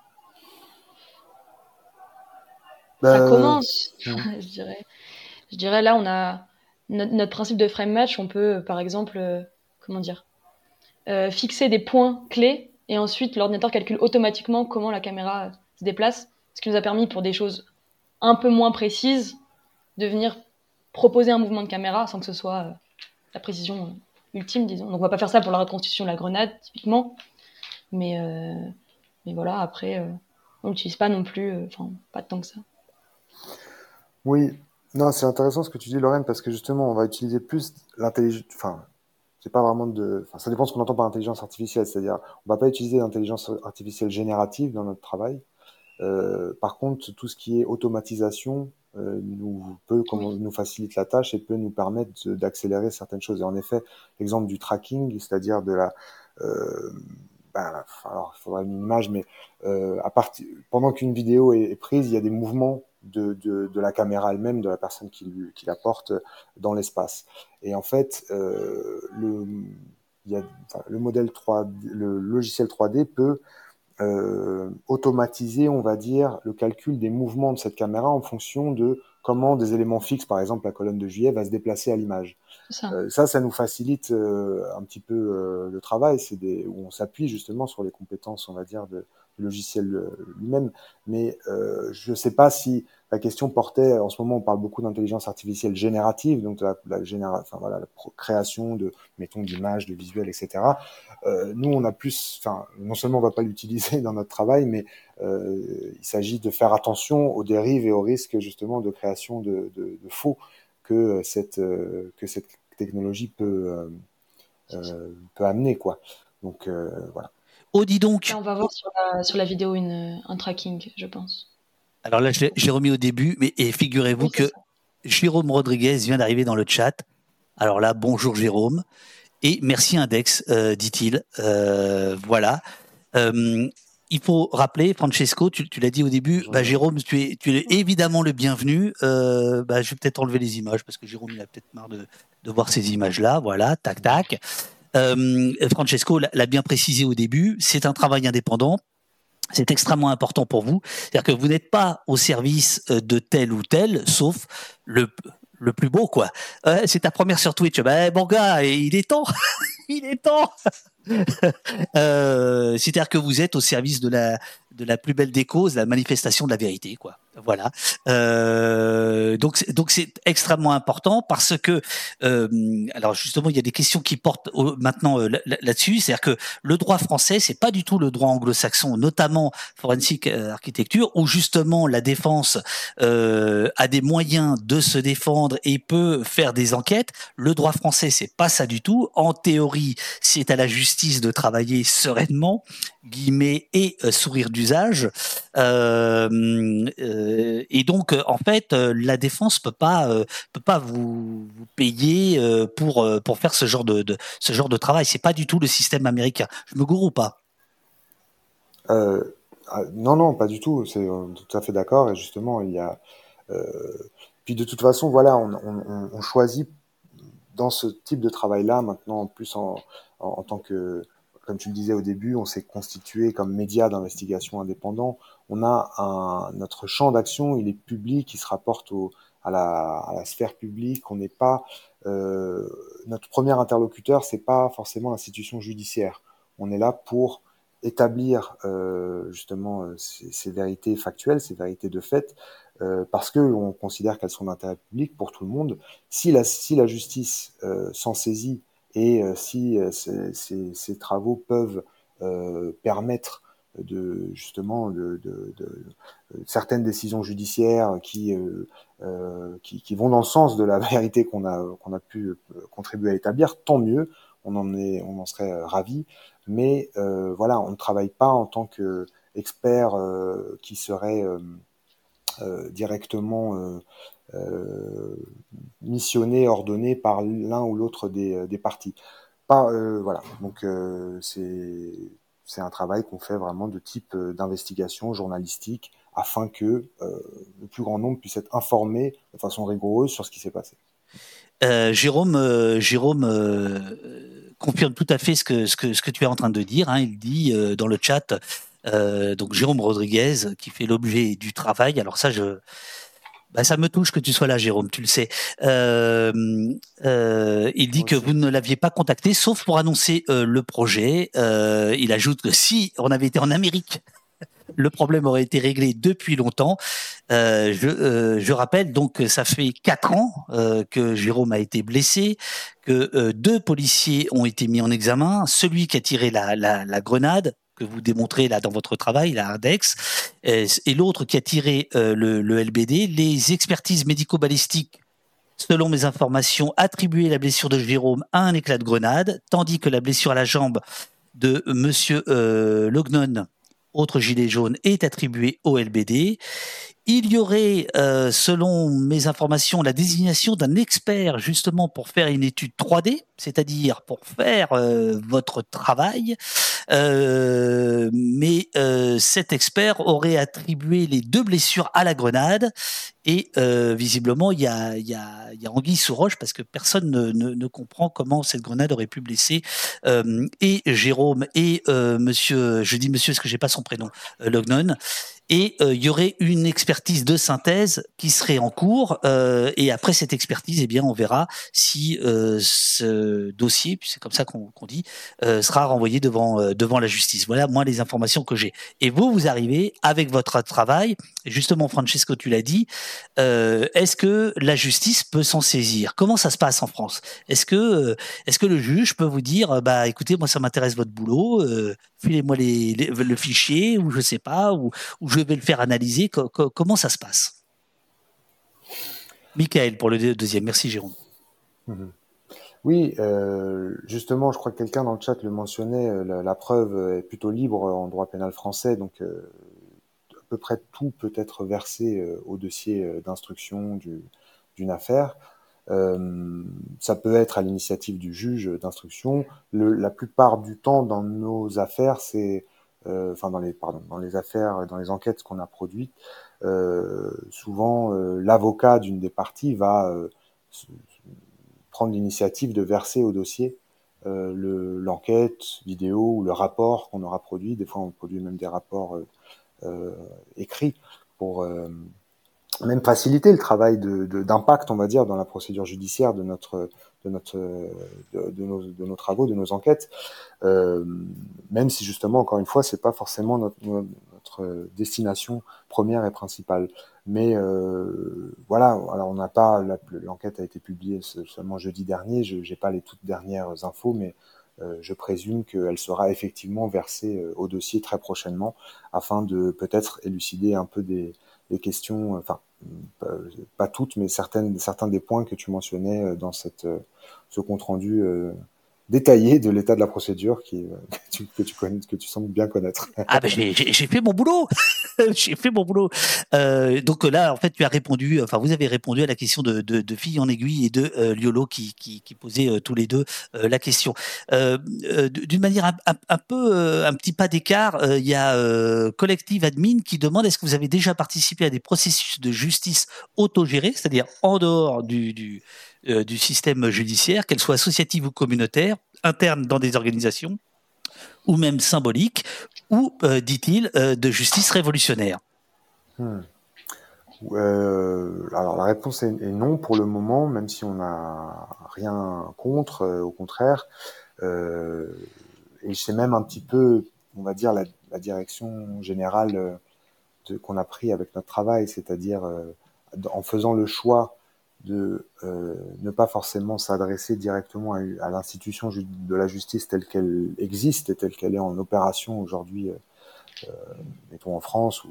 Ça euh... commence, je dirais. Je dirais là, on a notre, notre principe de frame match. On peut, par exemple, euh, comment dire, euh, fixer des points clés et ensuite l'ordinateur calcule automatiquement comment la caméra se déplace, ce qui nous a permis pour des choses un peu moins précises de venir proposer un mouvement de caméra sans que ce soit euh, la précision euh, ultime, disons. Donc on va pas faire ça pour la reconstitution de la grenade typiquement, mais euh, mais voilà, après euh, on l'utilise pas non plus, enfin euh, pas tant que ça. Oui. Non, c'est intéressant ce que tu dis, Lorraine, parce que justement, on va utiliser plus l'intelligence. Enfin, c'est pas vraiment de. Enfin, ça dépend de ce qu'on entend par intelligence artificielle. C'est-à-dire, on va pas utiliser l'intelligence artificielle générative dans notre travail. Euh, par contre, tout ce qui est automatisation euh, nous peut, comme oui. nous facilite la tâche et peut nous permettre de, d'accélérer certaines choses. Et en effet, l'exemple du tracking, c'est-à-dire de la. Euh, ben, alors, il faudra une image, mais euh, à partir, pendant qu'une vidéo est, est prise, il y a des mouvements de, de, de la caméra elle-même, de la personne qui, qui la porte dans l'espace. Et en fait, euh, le, il y a, enfin, le modèle trois D, le logiciel trois D peut euh, automatiser, on va dire, le calcul des mouvements de cette caméra en fonction de comment des éléments fixes, par exemple la colonne de juillet, va se déplacer à l'image. Ça. Euh, ça, ça nous facilite euh, un petit peu euh, le travail. C'est des, où on s'appuie justement sur les compétences, on va dire, de, du logiciel lui-même. Mais euh, je ne sais pas si la question portait, en ce moment on parle beaucoup d'intelligence artificielle générative, donc la, la, généra, enfin, voilà, la création de, mettons, d'images, de visuels, et cetera. Euh, nous, on a plus, enfin, non seulement on ne va pas l'utiliser dans notre travail, mais euh, il s'agit de faire attention aux dérives et aux risques justement de création de, de, de faux que cette, euh, que cette technologie peut, euh, euh, peut amener, quoi. Donc euh, voilà. Oh, dis donc. Là, on va voir sur la, sur la vidéo une, un tracking, je pense. Alors là, je l'ai remis au début, mais et figurez-vous oui, que ça. Jérôme Rodriguez vient d'arriver dans le chat. Alors là, bonjour Jérôme. Et merci Index, euh, dit-il. Euh, voilà. Euh, il faut rappeler, Francesco, tu, tu l'as dit au début, bah, Jérôme, tu es, tu es évidemment le bienvenu. Euh, bah, je vais peut-être enlever les images parce que Jérôme, il a peut-être marre de, de voir ces images-là. Voilà, tac, tac. Euh, Francesco l'a bien précisé au début, c'est un travail indépendant. C'est extrêmement important pour vous. C'est-à-dire que vous n'êtes pas au service de tel ou tel, sauf le, le plus beau, quoi. Euh, c'est ta première sur Twitch. Ben, mon gars, il est temps. il est temps. euh, c'est-à-dire que vous êtes au service de la, de la plus belle des causes, la manifestation de la vérité, quoi. Voilà. Euh, donc, c'est, donc c'est extrêmement important parce que, euh, alors justement, il y a des questions qui portent au, maintenant euh, là, là-dessus. C'est-à-dire que le droit français, c'est pas du tout le droit anglo-saxon, notamment forensic euh, architecture, où justement la défense euh, a des moyens de se défendre et peut faire des enquêtes. Le droit français, c'est pas ça du tout. En théorie, c'est à la justice de travailler sereinement, guillemets et euh, sourire d'usage. Euh, euh, et donc, en fait, la défense peut pas euh, peut pas vous, vous payer euh, pour euh, pour faire ce genre de, de ce genre de travail. C'est pas du tout le système américain. Je me gourre ou pas? Euh, ah, non, non, pas du tout. C'est on est tout à fait d'accord. Et justement, il y a. Euh, puis de toute façon, voilà, on, on, on choisit dans ce type de travail-là maintenant, en plus en, en, en tant que, comme tu le disais au début, on s'est constitué comme média d'investigation indépendant. On a un notre champ d'action, il est public, il se rapporte au, à la, à la sphère publique. On n'est pas euh, notre premier interlocuteur, c'est pas forcément l'institution judiciaire. On est là pour établir euh, justement euh, ces, ces vérités factuelles, ces vérités de fait, euh, parce que on considère qu'elles sont d'intérêt public pour tout le monde. Si la, si la justice euh, s'en saisit et euh, si euh, ces, ces, ces travaux peuvent euh, permettre de justement de, de, de, de certaines décisions judiciaires qui, euh, euh, qui qui vont dans le sens de la vérité qu'on a qu'on a pu contribuer à établir, tant mieux. On en est on en serait ravis. Mais euh, voilà, on ne travaille pas en tant qu'expert euh, qui serait euh, euh, directement euh, euh, missionné, ordonné par l'un ou l'autre des, des parties. Pas, euh, voilà, donc euh, c'est c'est un travail qu'on fait vraiment de type euh, d'investigation journalistique afin que euh, le plus grand nombre puisse être informé de façon rigoureuse sur ce qui s'est passé. Euh, Jérôme, euh, Jérôme euh, confirme tout à fait ce que, ce que, ce que tu es en train de dire. Hein. Il dit euh, dans le chat, euh, donc Jérôme Rodriguez, qui fait l'objet du travail. Alors ça, je, bah, ça me touche que tu sois là, Jérôme, tu le sais. Euh, euh, il dit que vous ne l'aviez pas contacté, sauf pour annoncer euh, le projet. Euh, il ajoute que si on avait été en Amérique, le problème aurait été réglé depuis longtemps. Euh, je, euh, je rappelle donc que ça fait quatre ans euh, que Jérôme a été blessé, que euh, deux policiers ont été mis en examen, celui qui a tiré la, la, la grenade que vous démontrez là dans votre travail, la Index, et, et l'autre qui a tiré euh, le, le L B D. Les expertises médico-balistiques, selon mes informations, attribuaient la blessure de Jérôme à un éclat de grenade, tandis que la blessure à la jambe de Monsieur euh, Lognon, autre gilet jaune, est attribuée au L B D. Il y aurait, euh, selon mes informations, la désignation d'un expert justement pour faire une étude trois D, c'est-à-dire pour faire euh, votre travail. Euh, mais euh, cet expert aurait attribué les deux blessures à la grenade. Et euh, visiblement, il y a, il y a, il y a anguille sous roche parce que personne ne, ne, ne comprend comment cette grenade aurait pu blesser euh, et Jérôme et euh, Monsieur, je dis Monsieur parce que j'ai pas son prénom, euh, Lognon. Et euh, il y aurait une expertise de synthèse qui serait en cours. Euh, et après cette expertise, eh bien, on verra si euh, ce dossier, puis c'est comme ça qu'on, qu'on dit, euh, sera renvoyé devant euh, devant la justice. Voilà, moi, les informations que j'ai. Et vous, vous arrivez avec votre travail. Justement, Francesco, tu l'as dit. Euh, est-ce que la justice peut s'en saisir? Comment ça se passe en France? Est-ce que euh, est-ce que le juge peut vous dire, bah, écoutez, moi, ça m'intéresse votre boulot. Euh, filez-moi les, les, le fichier, ou je sais pas, ou, ou je vais le faire analyser. Co- co- comment ça se passe? Michael, pour le deuxième. Merci, Jérôme. Mmh. Oui, euh, justement, je crois que quelqu'un dans le chat le mentionnait, la, la preuve est plutôt libre en droit pénal français, donc euh, à peu près tout peut être versé euh, au dossier d'instruction du, d'une affaire. Euh, ça peut être à l'initiative du juge d'instruction. Le, la plupart du temps, dans nos affaires, c'est, euh, enfin dans les, pardon, dans les affaires, dans les enquêtes qu'on a produites, euh, souvent euh, l'avocat d'une des parties va euh, prendre l'initiative de verser au dossier euh, le, l'enquête vidéo ou le rapport qu'on aura produit. Des fois, on produit même des rapports euh, euh, écrits pour euh, même faciliter le travail de, de, d'impact, on va dire, dans la procédure judiciaire de notre, de notre, de, de, nos, de nos travaux, de nos enquêtes. Euh, même si justement, encore une fois, c'est pas forcément notre, notre notre destination première et principale. Mais euh, voilà, alors on n'a pas, la, l'enquête a été publiée seulement jeudi dernier, je n'ai pas les toutes dernières infos, mais euh, je présume qu'elle sera effectivement versée euh, au dossier très prochainement, afin de peut-être élucider un peu des, des questions, enfin, euh, pas toutes, mais certaines, certains des points que tu mentionnais dans cette, ce compte-rendu euh, détaillé de l'état de la procédure qui, que, tu, que, tu connais, que tu sembles bien connaître. Ah ben j'ai, j'ai, j'ai fait mon boulot, j'ai fait mon boulot. Euh, donc là, en fait, tu as répondu, enfin vous avez répondu à la question de, de, de Fille en aiguille et de euh, Liolo qui, qui, qui posaient euh, tous les deux euh, la question. Euh, euh, d'une manière un, un, un peu, euh, un petit pas d'écart, il euh, y a euh, Collective Admin qui demande est-ce que vous avez déjà participé à des processus de justice autogérés, c'est-à-dire en dehors du, du Euh, du système judiciaire, qu'elle soit associative ou communautaire, interne dans des organisations, ou même symbolique, ou, euh, dit-il, euh, de justice révolutionnaire. Hmm. Euh, alors la réponse est, est non pour le moment, même si on n'a rien contre, euh, au contraire. Euh, et c'est même un petit peu, on va dire, la, la direction générale euh, de, qu'on a pris avec notre travail, c'est-à-dire euh, en faisant le choix de euh, ne pas forcément s'adresser directement à, à l'institution de la justice telle qu'elle existe et telle qu'elle est en opération aujourd'hui, euh, mettons en France. Ou,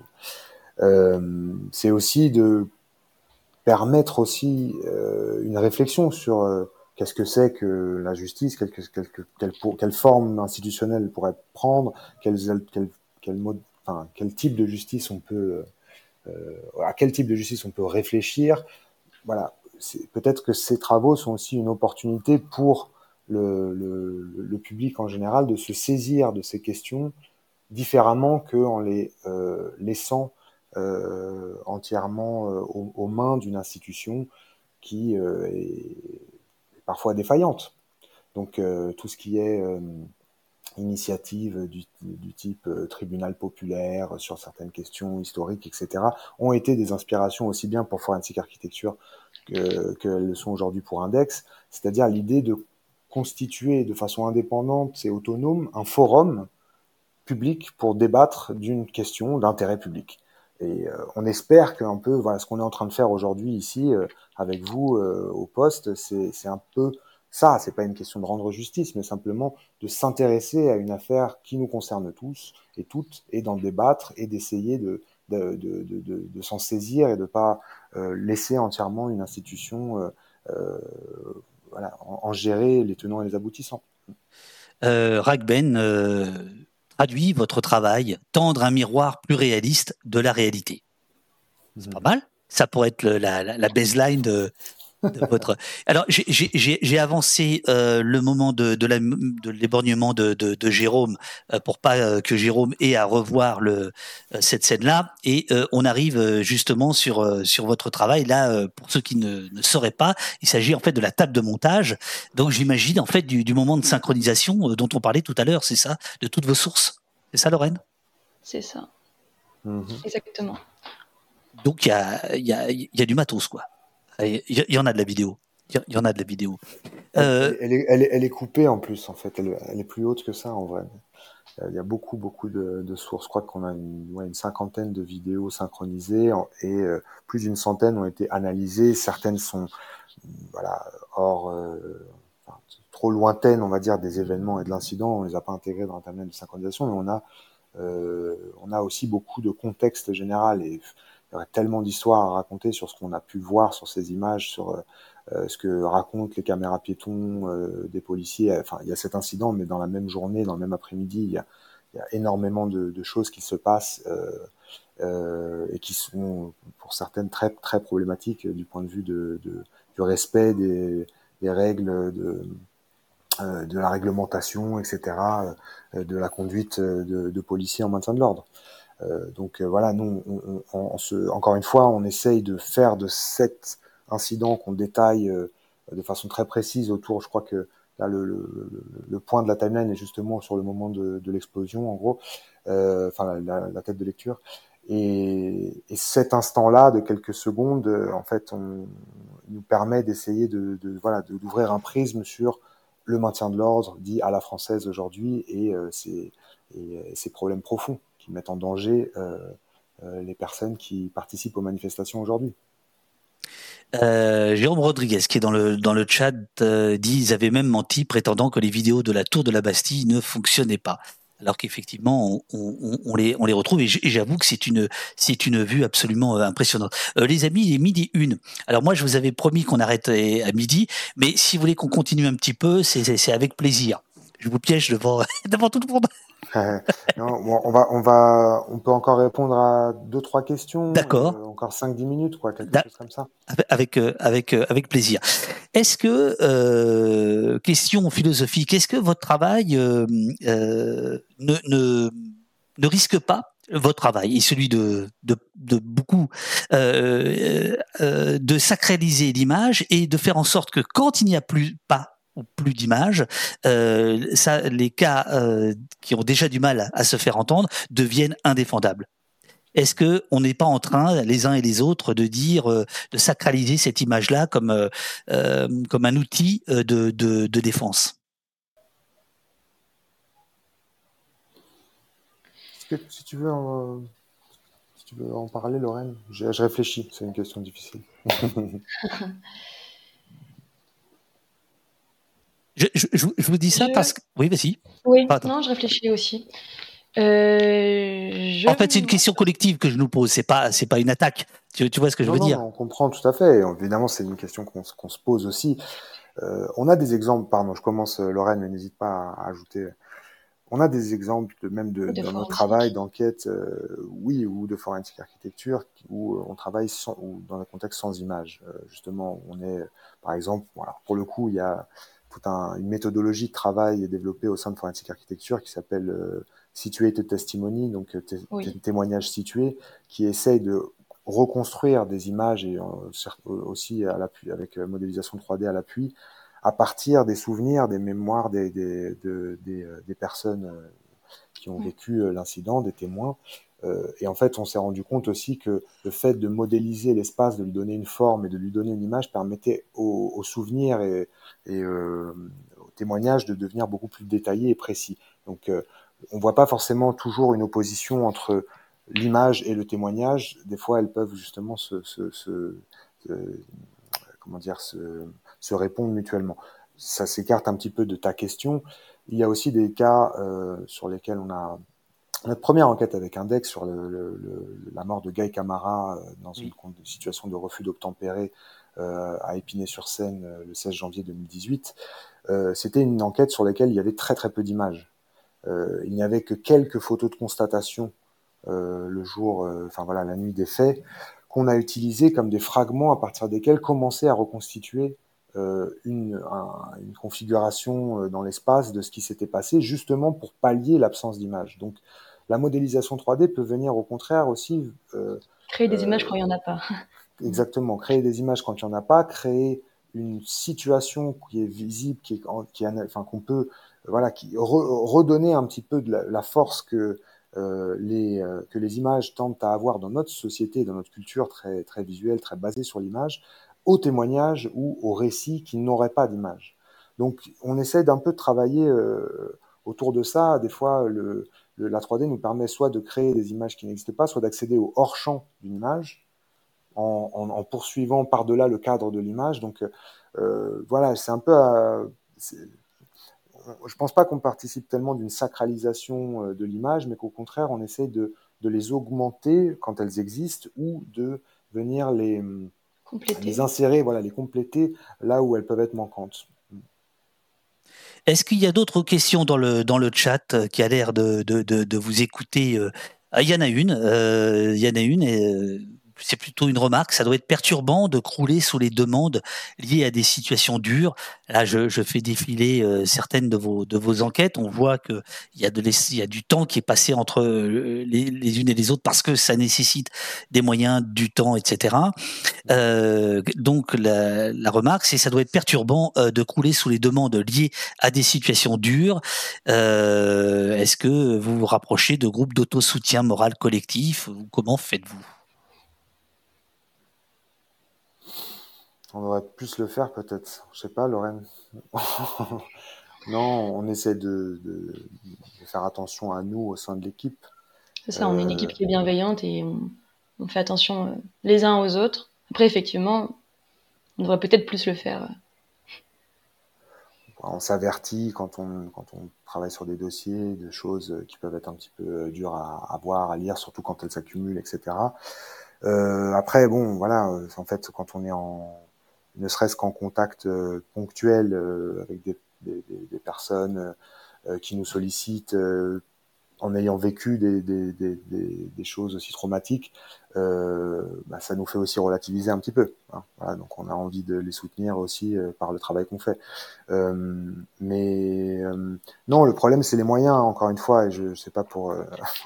euh, c'est aussi de permettre aussi euh, une réflexion sur euh, qu'est-ce que c'est que la justice, quelle, quelle, quelle, quelle forme institutionnelle pourrait prendre, quel, quel, quel, mode, enfin, quel type de justice on peut, euh, à quel type de justice on peut réfléchir. Voilà. C'est, peut-être que ces travaux sont aussi une opportunité pour le, le, le public en général de se saisir de ces questions différemment qu'en les euh, laissant euh, entièrement euh, aux, aux mains d'une institution qui euh, est parfois défaillante. Donc euh, tout ce qui est euh, initiatives du, du type euh, tribunal populaire sur certaines questions historiques, et cetera, ont été des inspirations aussi bien pour Forensic Architecture que, qu'elles le sont aujourd'hui pour Index, c'est-à-dire l'idée de constituer de façon indépendante et autonome un forum public pour débattre d'une question d'intérêt public. Et euh, on espère qu'un peu, voilà, ce qu'on est en train de faire aujourd'hui ici, euh, avec vous, euh, au poste, c'est, c'est un peu ça, c'est pas une question de rendre justice, mais simplement de s'intéresser à une affaire qui nous concerne tous et toutes, et d'en débattre et d'essayer de, de, de, de, de, de s'en saisir et de pas euh, laisser entièrement une institution euh, euh, voilà, en, en gérer les tenants et les aboutissants. Euh, Ragben euh, traduit votre travail, tendre un miroir plus réaliste de la réalité. C'est mmh. pas mal. Ça pourrait être le, la, la baseline de, de votre. Alors, j'ai, j'ai, j'ai avancé euh, le moment de, de, la, de l'éborgnement de, de, de Jérôme euh, pour pas euh, que Jérôme ait à revoir le, euh, cette scène-là. Et euh, on arrive euh, justement sur, euh, sur votre travail. Là, euh, pour ceux qui ne, ne sauraient pas, il s'agit en fait de la table de montage. Donc, j'imagine en fait du, du moment de synchronisation euh, dont on parlait tout à l'heure, c'est ça, de toutes vos sources. C'est ça, Lorraine ? C'est ça. Mmh. Exactement. Donc, il y a, y, a, y a du matos, quoi. Il y, y en a de la vidéo. Il y en a de la vidéo. Euh... Elle, elle, est, elle, est, elle est coupée en plus, en fait. Elle, elle est plus haute que ça, en vrai. Il y a beaucoup, beaucoup de, de sources. Je crois qu'on a une, ouais, une cinquantaine de vidéos synchronisées et euh, plus d'une centaine ont été analysées. Certaines sont voilà, hors, euh, enfin, trop lointaines, on va dire, des événements et de l'incident. On les a pas intégrées dans l'internet de synchronisation, mais on a, euh, on a aussi beaucoup de contexte général et il y aurait tellement d'histoires à raconter sur ce qu'on a pu voir sur ces images, sur euh, ce que racontent les caméras piétons euh, des policiers. Enfin, il y a cet incident, mais dans la même journée, dans le même après-midi, il y a, il y a énormément de, de choses qui se passent euh, euh, et qui sont, pour certaines, très très problématiques du point de vue de, de, du respect des, des règles de, euh, de la réglementation, et cetera, euh, de la conduite de, de policiers en maintien de l'ordre. Euh, donc euh, voilà, nous, on, on, on se, encore une fois, on essaye de faire de cet incident qu'on détaille euh, de façon très précise autour, je crois que là, le, le, le point de la timeline est justement sur le moment de, de l'explosion, en gros, euh, enfin la, la tête de lecture. Et, et cet instant-là, de quelques secondes, euh, en fait, on, nous permet d'essayer de, de voilà, de, d'ouvrir un prisme sur le maintien de l'ordre dit à la française aujourd'hui et euh, ses, et, et ses problèmes profonds qui mettent en danger euh, euh, les personnes qui participent aux manifestations aujourd'hui. Euh, Jérôme Rodriguez, qui est dans le, dans le chat, euh, dit ils avaient même menti prétendant que les vidéos de la tour de la Bastille ne fonctionnaient pas. Alors qu'effectivement, on, on, on, les, on les retrouve et j'avoue que c'est une, c'est une vue absolument impressionnante. Euh, les amis, il est midi une. Alors moi, je vous avais promis qu'on arrêtait à midi, mais si vous voulez qu'on continue un petit peu, c'est, c'est, c'est avec plaisir. Je vous piège devant, devant tout le monde. non, bon, on va, on va, on peut encore répondre à deux, trois questions. D'accord. Euh, encore cinq, dix minutes, quoi, quelque Da- chose comme ça. Avec, euh, avec, euh, avec plaisir. Est-ce que, euh, question philosophique, est-ce que votre travail euh, euh, ne, ne, ne risque pas votre travail et celui de, de, de beaucoup euh, euh, de sacraliser l'image et de faire en sorte que quand il n'y a plus pas ou plus d'images, euh, ça, les cas euh, qui ont déjà du mal à se faire entendre deviennent indéfendables? Est-ce que on n'est pas en train, les uns et les autres, de dire, euh, de sacraliser cette image-là comme euh, euh, comme un outil euh, de, de, de défense? Est-ce que, si tu veux, en, si tu veux en parler, Lorraine, je, je réfléchis. C'est une question difficile. je, je, je vous dis ça je... parce que oui, vas-y. Oui, Pardon. Non, je réfléchis aussi. Euh, je... En fait, c'est une question collective que je nous pose. C'est pas, c'est pas une attaque. Tu, tu vois ce que non, je veux non, dire? On comprend tout à fait. Et évidemment, c'est une question qu'on, qu'on se pose aussi. Euh, on a des exemples. Pardon, je commence, Lorraine, mais n'hésite pas à, à ajouter. On a des exemples de même de, de dans notre travail d'enquête, euh, oui, ou de forensique architecture, où on travaille sans, ou dans un contexte sans image. Euh, justement, on est, par exemple, voilà, pour le coup, il y a toute un, une méthodologie de travail développée au sein de forensique architecture qui s'appelle euh, situated testimony, donc t- oui. témoignage situé, qui essaye de reconstruire des images et euh, aussi à l'appui, avec euh, modélisation trois D à l'appui, à partir des souvenirs, des mémoires des, des, des, des, des personnes qui ont vécu l'incident, des témoins. Euh, et en fait, on s'est rendu compte aussi que le fait de modéliser l'espace, de lui donner une forme et de lui donner une image permettait aux, aux souvenirs et, et euh, aux témoignages de devenir beaucoup plus détaillés et précis. Donc, euh, on ne voit pas forcément toujours une opposition entre l'image et le témoignage. Des fois, elles peuvent justement se... se, se, se comment dire, se, se répondre mutuellement. Ça s'écarte un petit peu de ta question. Il y a aussi des cas euh, sur lesquels on a notre première enquête avec Index sur le, le, le, la mort de Guy Camara euh, dans une, oui. une situation de refus d'obtempérer euh, à Épinay-sur-Seine euh, le seize janvier deux mille dix-huit. Euh, c'était une enquête sur laquelle il y avait très très peu d'images. Euh, il n'y avait que quelques photos de constatation euh, le jour, enfin euh, voilà, la nuit des faits, qu'on a utilisé comme des fragments à partir desquels commencer à reconstituer euh, une, un, une configuration dans l'espace de ce qui s'était passé, justement pour pallier l'absence d'image. Donc, la modélisation trois D peut venir au contraire aussi... Euh, créer des euh, images quand il n'y en a pas. Exactement, créer des images quand il n'y en a pas, créer une situation qui est visible, qui est, qui est, enfin, qu'on peut, voilà, qui re, redonner un petit peu de la, la force que... Euh, les, euh, que les images tentent à avoir dans notre société, dans notre culture très, très visuelle, très basée sur l'image, au témoignage ou au récit qui n'aurait pas d'image. Donc on essaie d'un peu de travailler euh, autour de ça. Des fois, le, le, la trois D nous permet soit de créer des images qui n'existent pas, soit d'accéder au hors-champ d'une image en, en, en poursuivant par-delà le cadre de l'image. Donc euh, voilà, c'est un peu... À, c'est, je ne pense pas qu'on participe tellement d'une sacralisation de l'image, mais qu'au contraire, on essaie de, de les augmenter quand elles existent ou de venir les, les insérer, voilà, les compléter là où elles peuvent être manquantes. Est-ce qu'il y a d'autres questions dans le, dans le chat qui a l'air de, de, de, de vous écouter? Il y en a une, euh, il y en a une et c'est plutôt une remarque. Ça doit être perturbant de crouler sous les demandes liées à des situations dures. Là, je, je fais défiler euh, certaines de vos, de vos enquêtes. On voit qu'il y, y a du temps qui est passé entre les, les unes et les autres parce que ça nécessite des moyens, du temps, et cetera. Euh, donc, la, la remarque, c'est que ça doit être perturbant euh, de crouler sous les demandes liées à des situations dures. Euh, est-ce que vous vous rapprochez de groupes d'autosoutien moral collectif ou comment faites-vous? On devrait plus le faire peut-être. Je sais pas, Lorraine. Non, on essaie de, de, de faire attention à nous au sein de l'équipe. C'est ça, on est une équipe qui est bienveillante et on, on fait attention euh, les uns aux autres. Après, effectivement, on devrait peut-être plus le faire. On s'avertit quand on, quand on travaille sur des dossiers de choses qui peuvent être un petit peu dures à, à voir, à lire, surtout quand elles s'accumulent, et cetera. Euh, après, bon, voilà, en fait, quand on est en, ne serait-ce qu'en contact euh, ponctuel euh, avec des, des, des personnes euh, qui nous sollicitent, euh, en ayant vécu des, des, des, des, des choses aussi traumatiques, euh, bah, ça nous fait aussi relativiser un petit peu. Hein. Voilà, donc on a envie de les soutenir aussi euh, par le travail qu'on fait. Euh, mais euh, non, le problème c'est les moyens. Encore une fois, et je ne sais pas pour euh,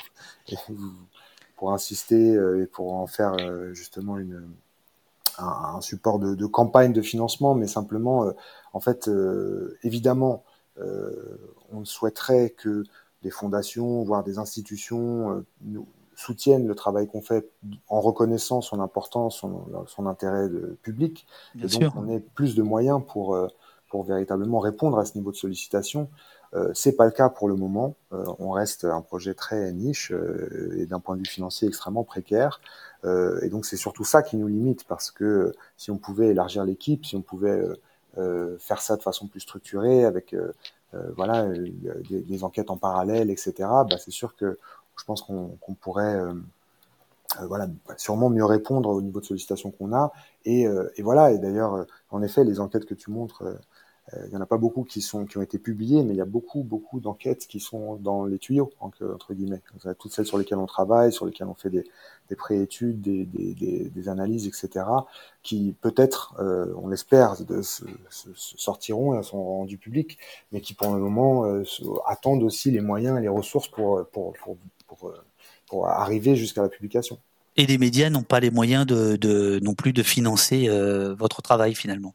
pour insister euh, et pour en faire euh, justement une un, un support de, de campagne de financement, mais simplement, euh, en fait, euh, évidemment, euh, on souhaiterait que des fondations, voire des institutions, euh, nous soutiennent le travail qu'on fait en reconnaissant son importance, son, son intérêt de, public. Bien et sûr. donc, on ait plus de moyens pour, euh, pour véritablement répondre à ce niveau de sollicitation. Euh, c'est pas le cas pour le moment. Euh, on reste un projet très niche euh, et d'un point de vue financier extrêmement précaire. Euh, et donc, c'est surtout ça qui nous limite parce que si on pouvait élargir l'équipe, si on pouvait euh, euh, faire ça de façon plus structurée avec euh, euh, voilà, euh, des, des enquêtes en parallèle, et cetera, bah, c'est sûr que je pense qu'on qu'on pourrait euh, euh, voilà, sûrement mieux répondre au niveau de sollicitation qu'on a. Et, euh, et voilà, et d'ailleurs, euh, en effet, les enquêtes que tu montres, euh, il n'y en a pas beaucoup qui, sont, qui ont été publiées, mais il y a beaucoup, beaucoup d'enquêtes qui sont dans les tuyaux, entre guillemets. Toutes celles sur lesquelles on travaille, sur lesquelles on fait des, des pré-études, des, des, des, des analyses, et cetera, qui peut-être, euh, on l'espère, de, se, se, se sortiront et sont rendues publiques, mais qui pour le moment euh, attendent aussi les moyens et les ressources pour, pour, pour, pour, pour arriver jusqu'à la publication. Et les médias n'ont pas les moyens de, de, non plus de financer euh, votre travail finalement.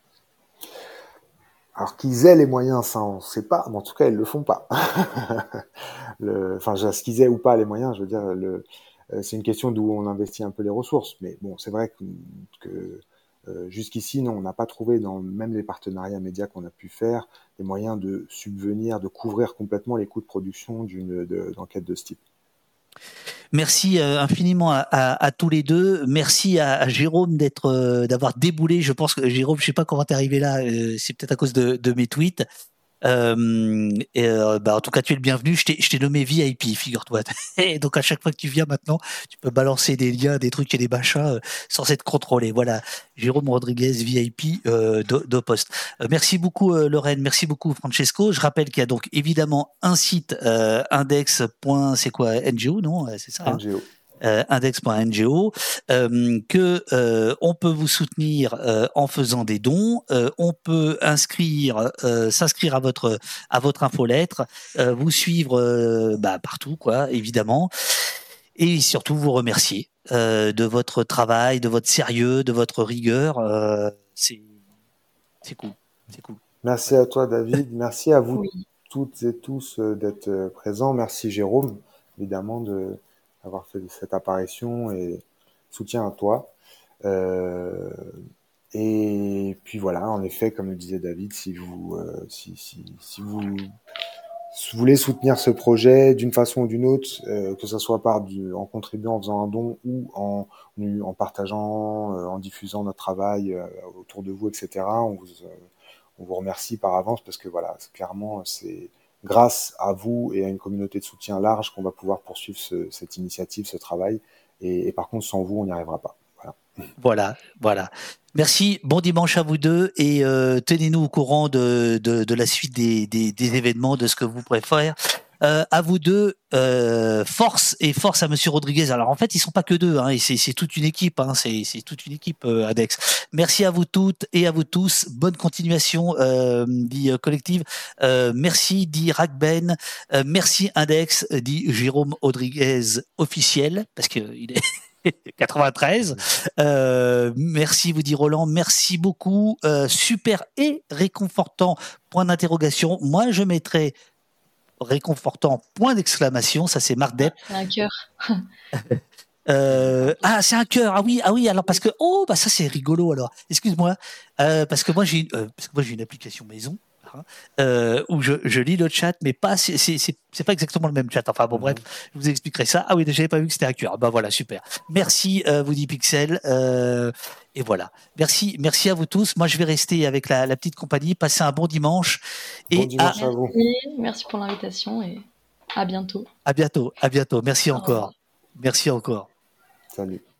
Alors qu'ils aient les moyens, ça on ne sait pas, mais en tout cas ils le font pas. le, enfin, ce qu'ils aient ou pas les moyens, je veux dire, le, euh, c'est une question d'où on investit un peu les ressources. Mais bon, c'est vrai que, que euh, jusqu'ici, non, on n'a pas trouvé dans même les partenariats médias qu'on a pu faire des moyens de subvenir, de couvrir complètement les coûts de production d'une de, d'enquête de ce type. Merci euh, infiniment à, à, à tous les deux. Merci à, à Jérôme d'être, euh, d'avoir déboulé. Je pense que Jérôme, je sais pas comment t'es arrivé là. Euh, c'est peut-être à cause de, de mes tweets. Euh, et euh, bah, en tout cas, tu es le bienvenu. Je t'ai, je t'ai nommé V I P, figure-toi. Et donc à chaque fois que tu viens maintenant, tu peux balancer des liens, des trucs et des machins euh, sans être contrôlé. Voilà, Jérôme Rodriguez, V I P euh, d'Opost. Euh, merci beaucoup euh, Lorraine, merci beaucoup Francesco. Je rappelle qu'il y a donc évidemment un site euh, index. C'est quoi, N G O, non? C'est ça. N G O. Hein Euh, index point N G O, euh, que euh, on peut vous soutenir euh, en faisant des dons, euh, on peut inscrire, euh, s'inscrire à votre à votre infolettre, euh, vous suivre euh, bah, partout quoi, évidemment, et surtout vous remercier euh, de votre travail, de votre sérieux, de votre rigueur. Euh, c'est c'est cool, c'est cool. Merci à toi David, merci à vous oui. toutes et tous d'être présents, merci Jérôme évidemment de avoir fait cette apparition et soutien à toi. Euh, et puis voilà, en effet, comme le disait David, si vous, euh, si, si, si vous voulez soutenir ce projet d'une façon ou d'une autre, euh, que ce soit par du, en contribuant, en faisant un don ou en, en partageant, euh, en diffusant notre travail euh, autour de vous, et cetera, on vous, euh, on vous remercie par avance parce que voilà, c'est, clairement, c'est grâce à vous et à une communauté de soutien large qu'on va pouvoir poursuivre ce, cette initiative, ce travail. Et, et par contre, sans vous, on n'y arrivera pas. Voilà. Voilà, voilà. Merci, bon dimanche à vous deux et euh, tenez-nous au courant de, de, de la suite des, des, des événements, de ce que vous préférez. Euh, à vous deux, euh, force et force à Monsieur Rodriguez. Alors en fait, ils sont pas que deux, hein, c'est, c'est toute une équipe, hein, c'est, c'est toute une équipe euh, Adex. Merci à vous toutes et à vous tous. Bonne continuation, euh, dit euh, collective. Euh, merci, dit Ragben. Euh, merci Index, dit Jérôme Rodriguez officiel, parce que il est quatre-vingt-treize. Euh, merci, vous dit Roland. Merci beaucoup. Euh, super et réconfortant. Point d'interrogation. Moi, je mettrais réconfortant, point d'exclamation, ça c'est Marc Depp. C'est un cœur. euh, ah, c'est un cœur. Ah oui, ah oui. Alors parce que oh, bah ça c'est rigolo. Alors, excuse-moi, euh, parce que moi j'ai, euh, parce que moi j'ai une application maison. hein, euh, où je, je lis le chat, mais pas, c'est, c'est, c'est, c'est pas exactement le même chat. Enfin bon, bref, je vous expliquerai ça. Ah oui, j'avais pas vu que c'était un Q R. Bah voilà, super. Merci, euh, vous dit Pixel. Euh, et voilà. Merci, merci à vous tous. Moi, je vais rester avec la, la petite compagnie. Passez un bon dimanche. Et bon dimanche à, à vous. Merci, merci pour l'invitation et à bientôt. À bientôt, à bientôt. Merci Au encore. revoir. Merci encore. Salut.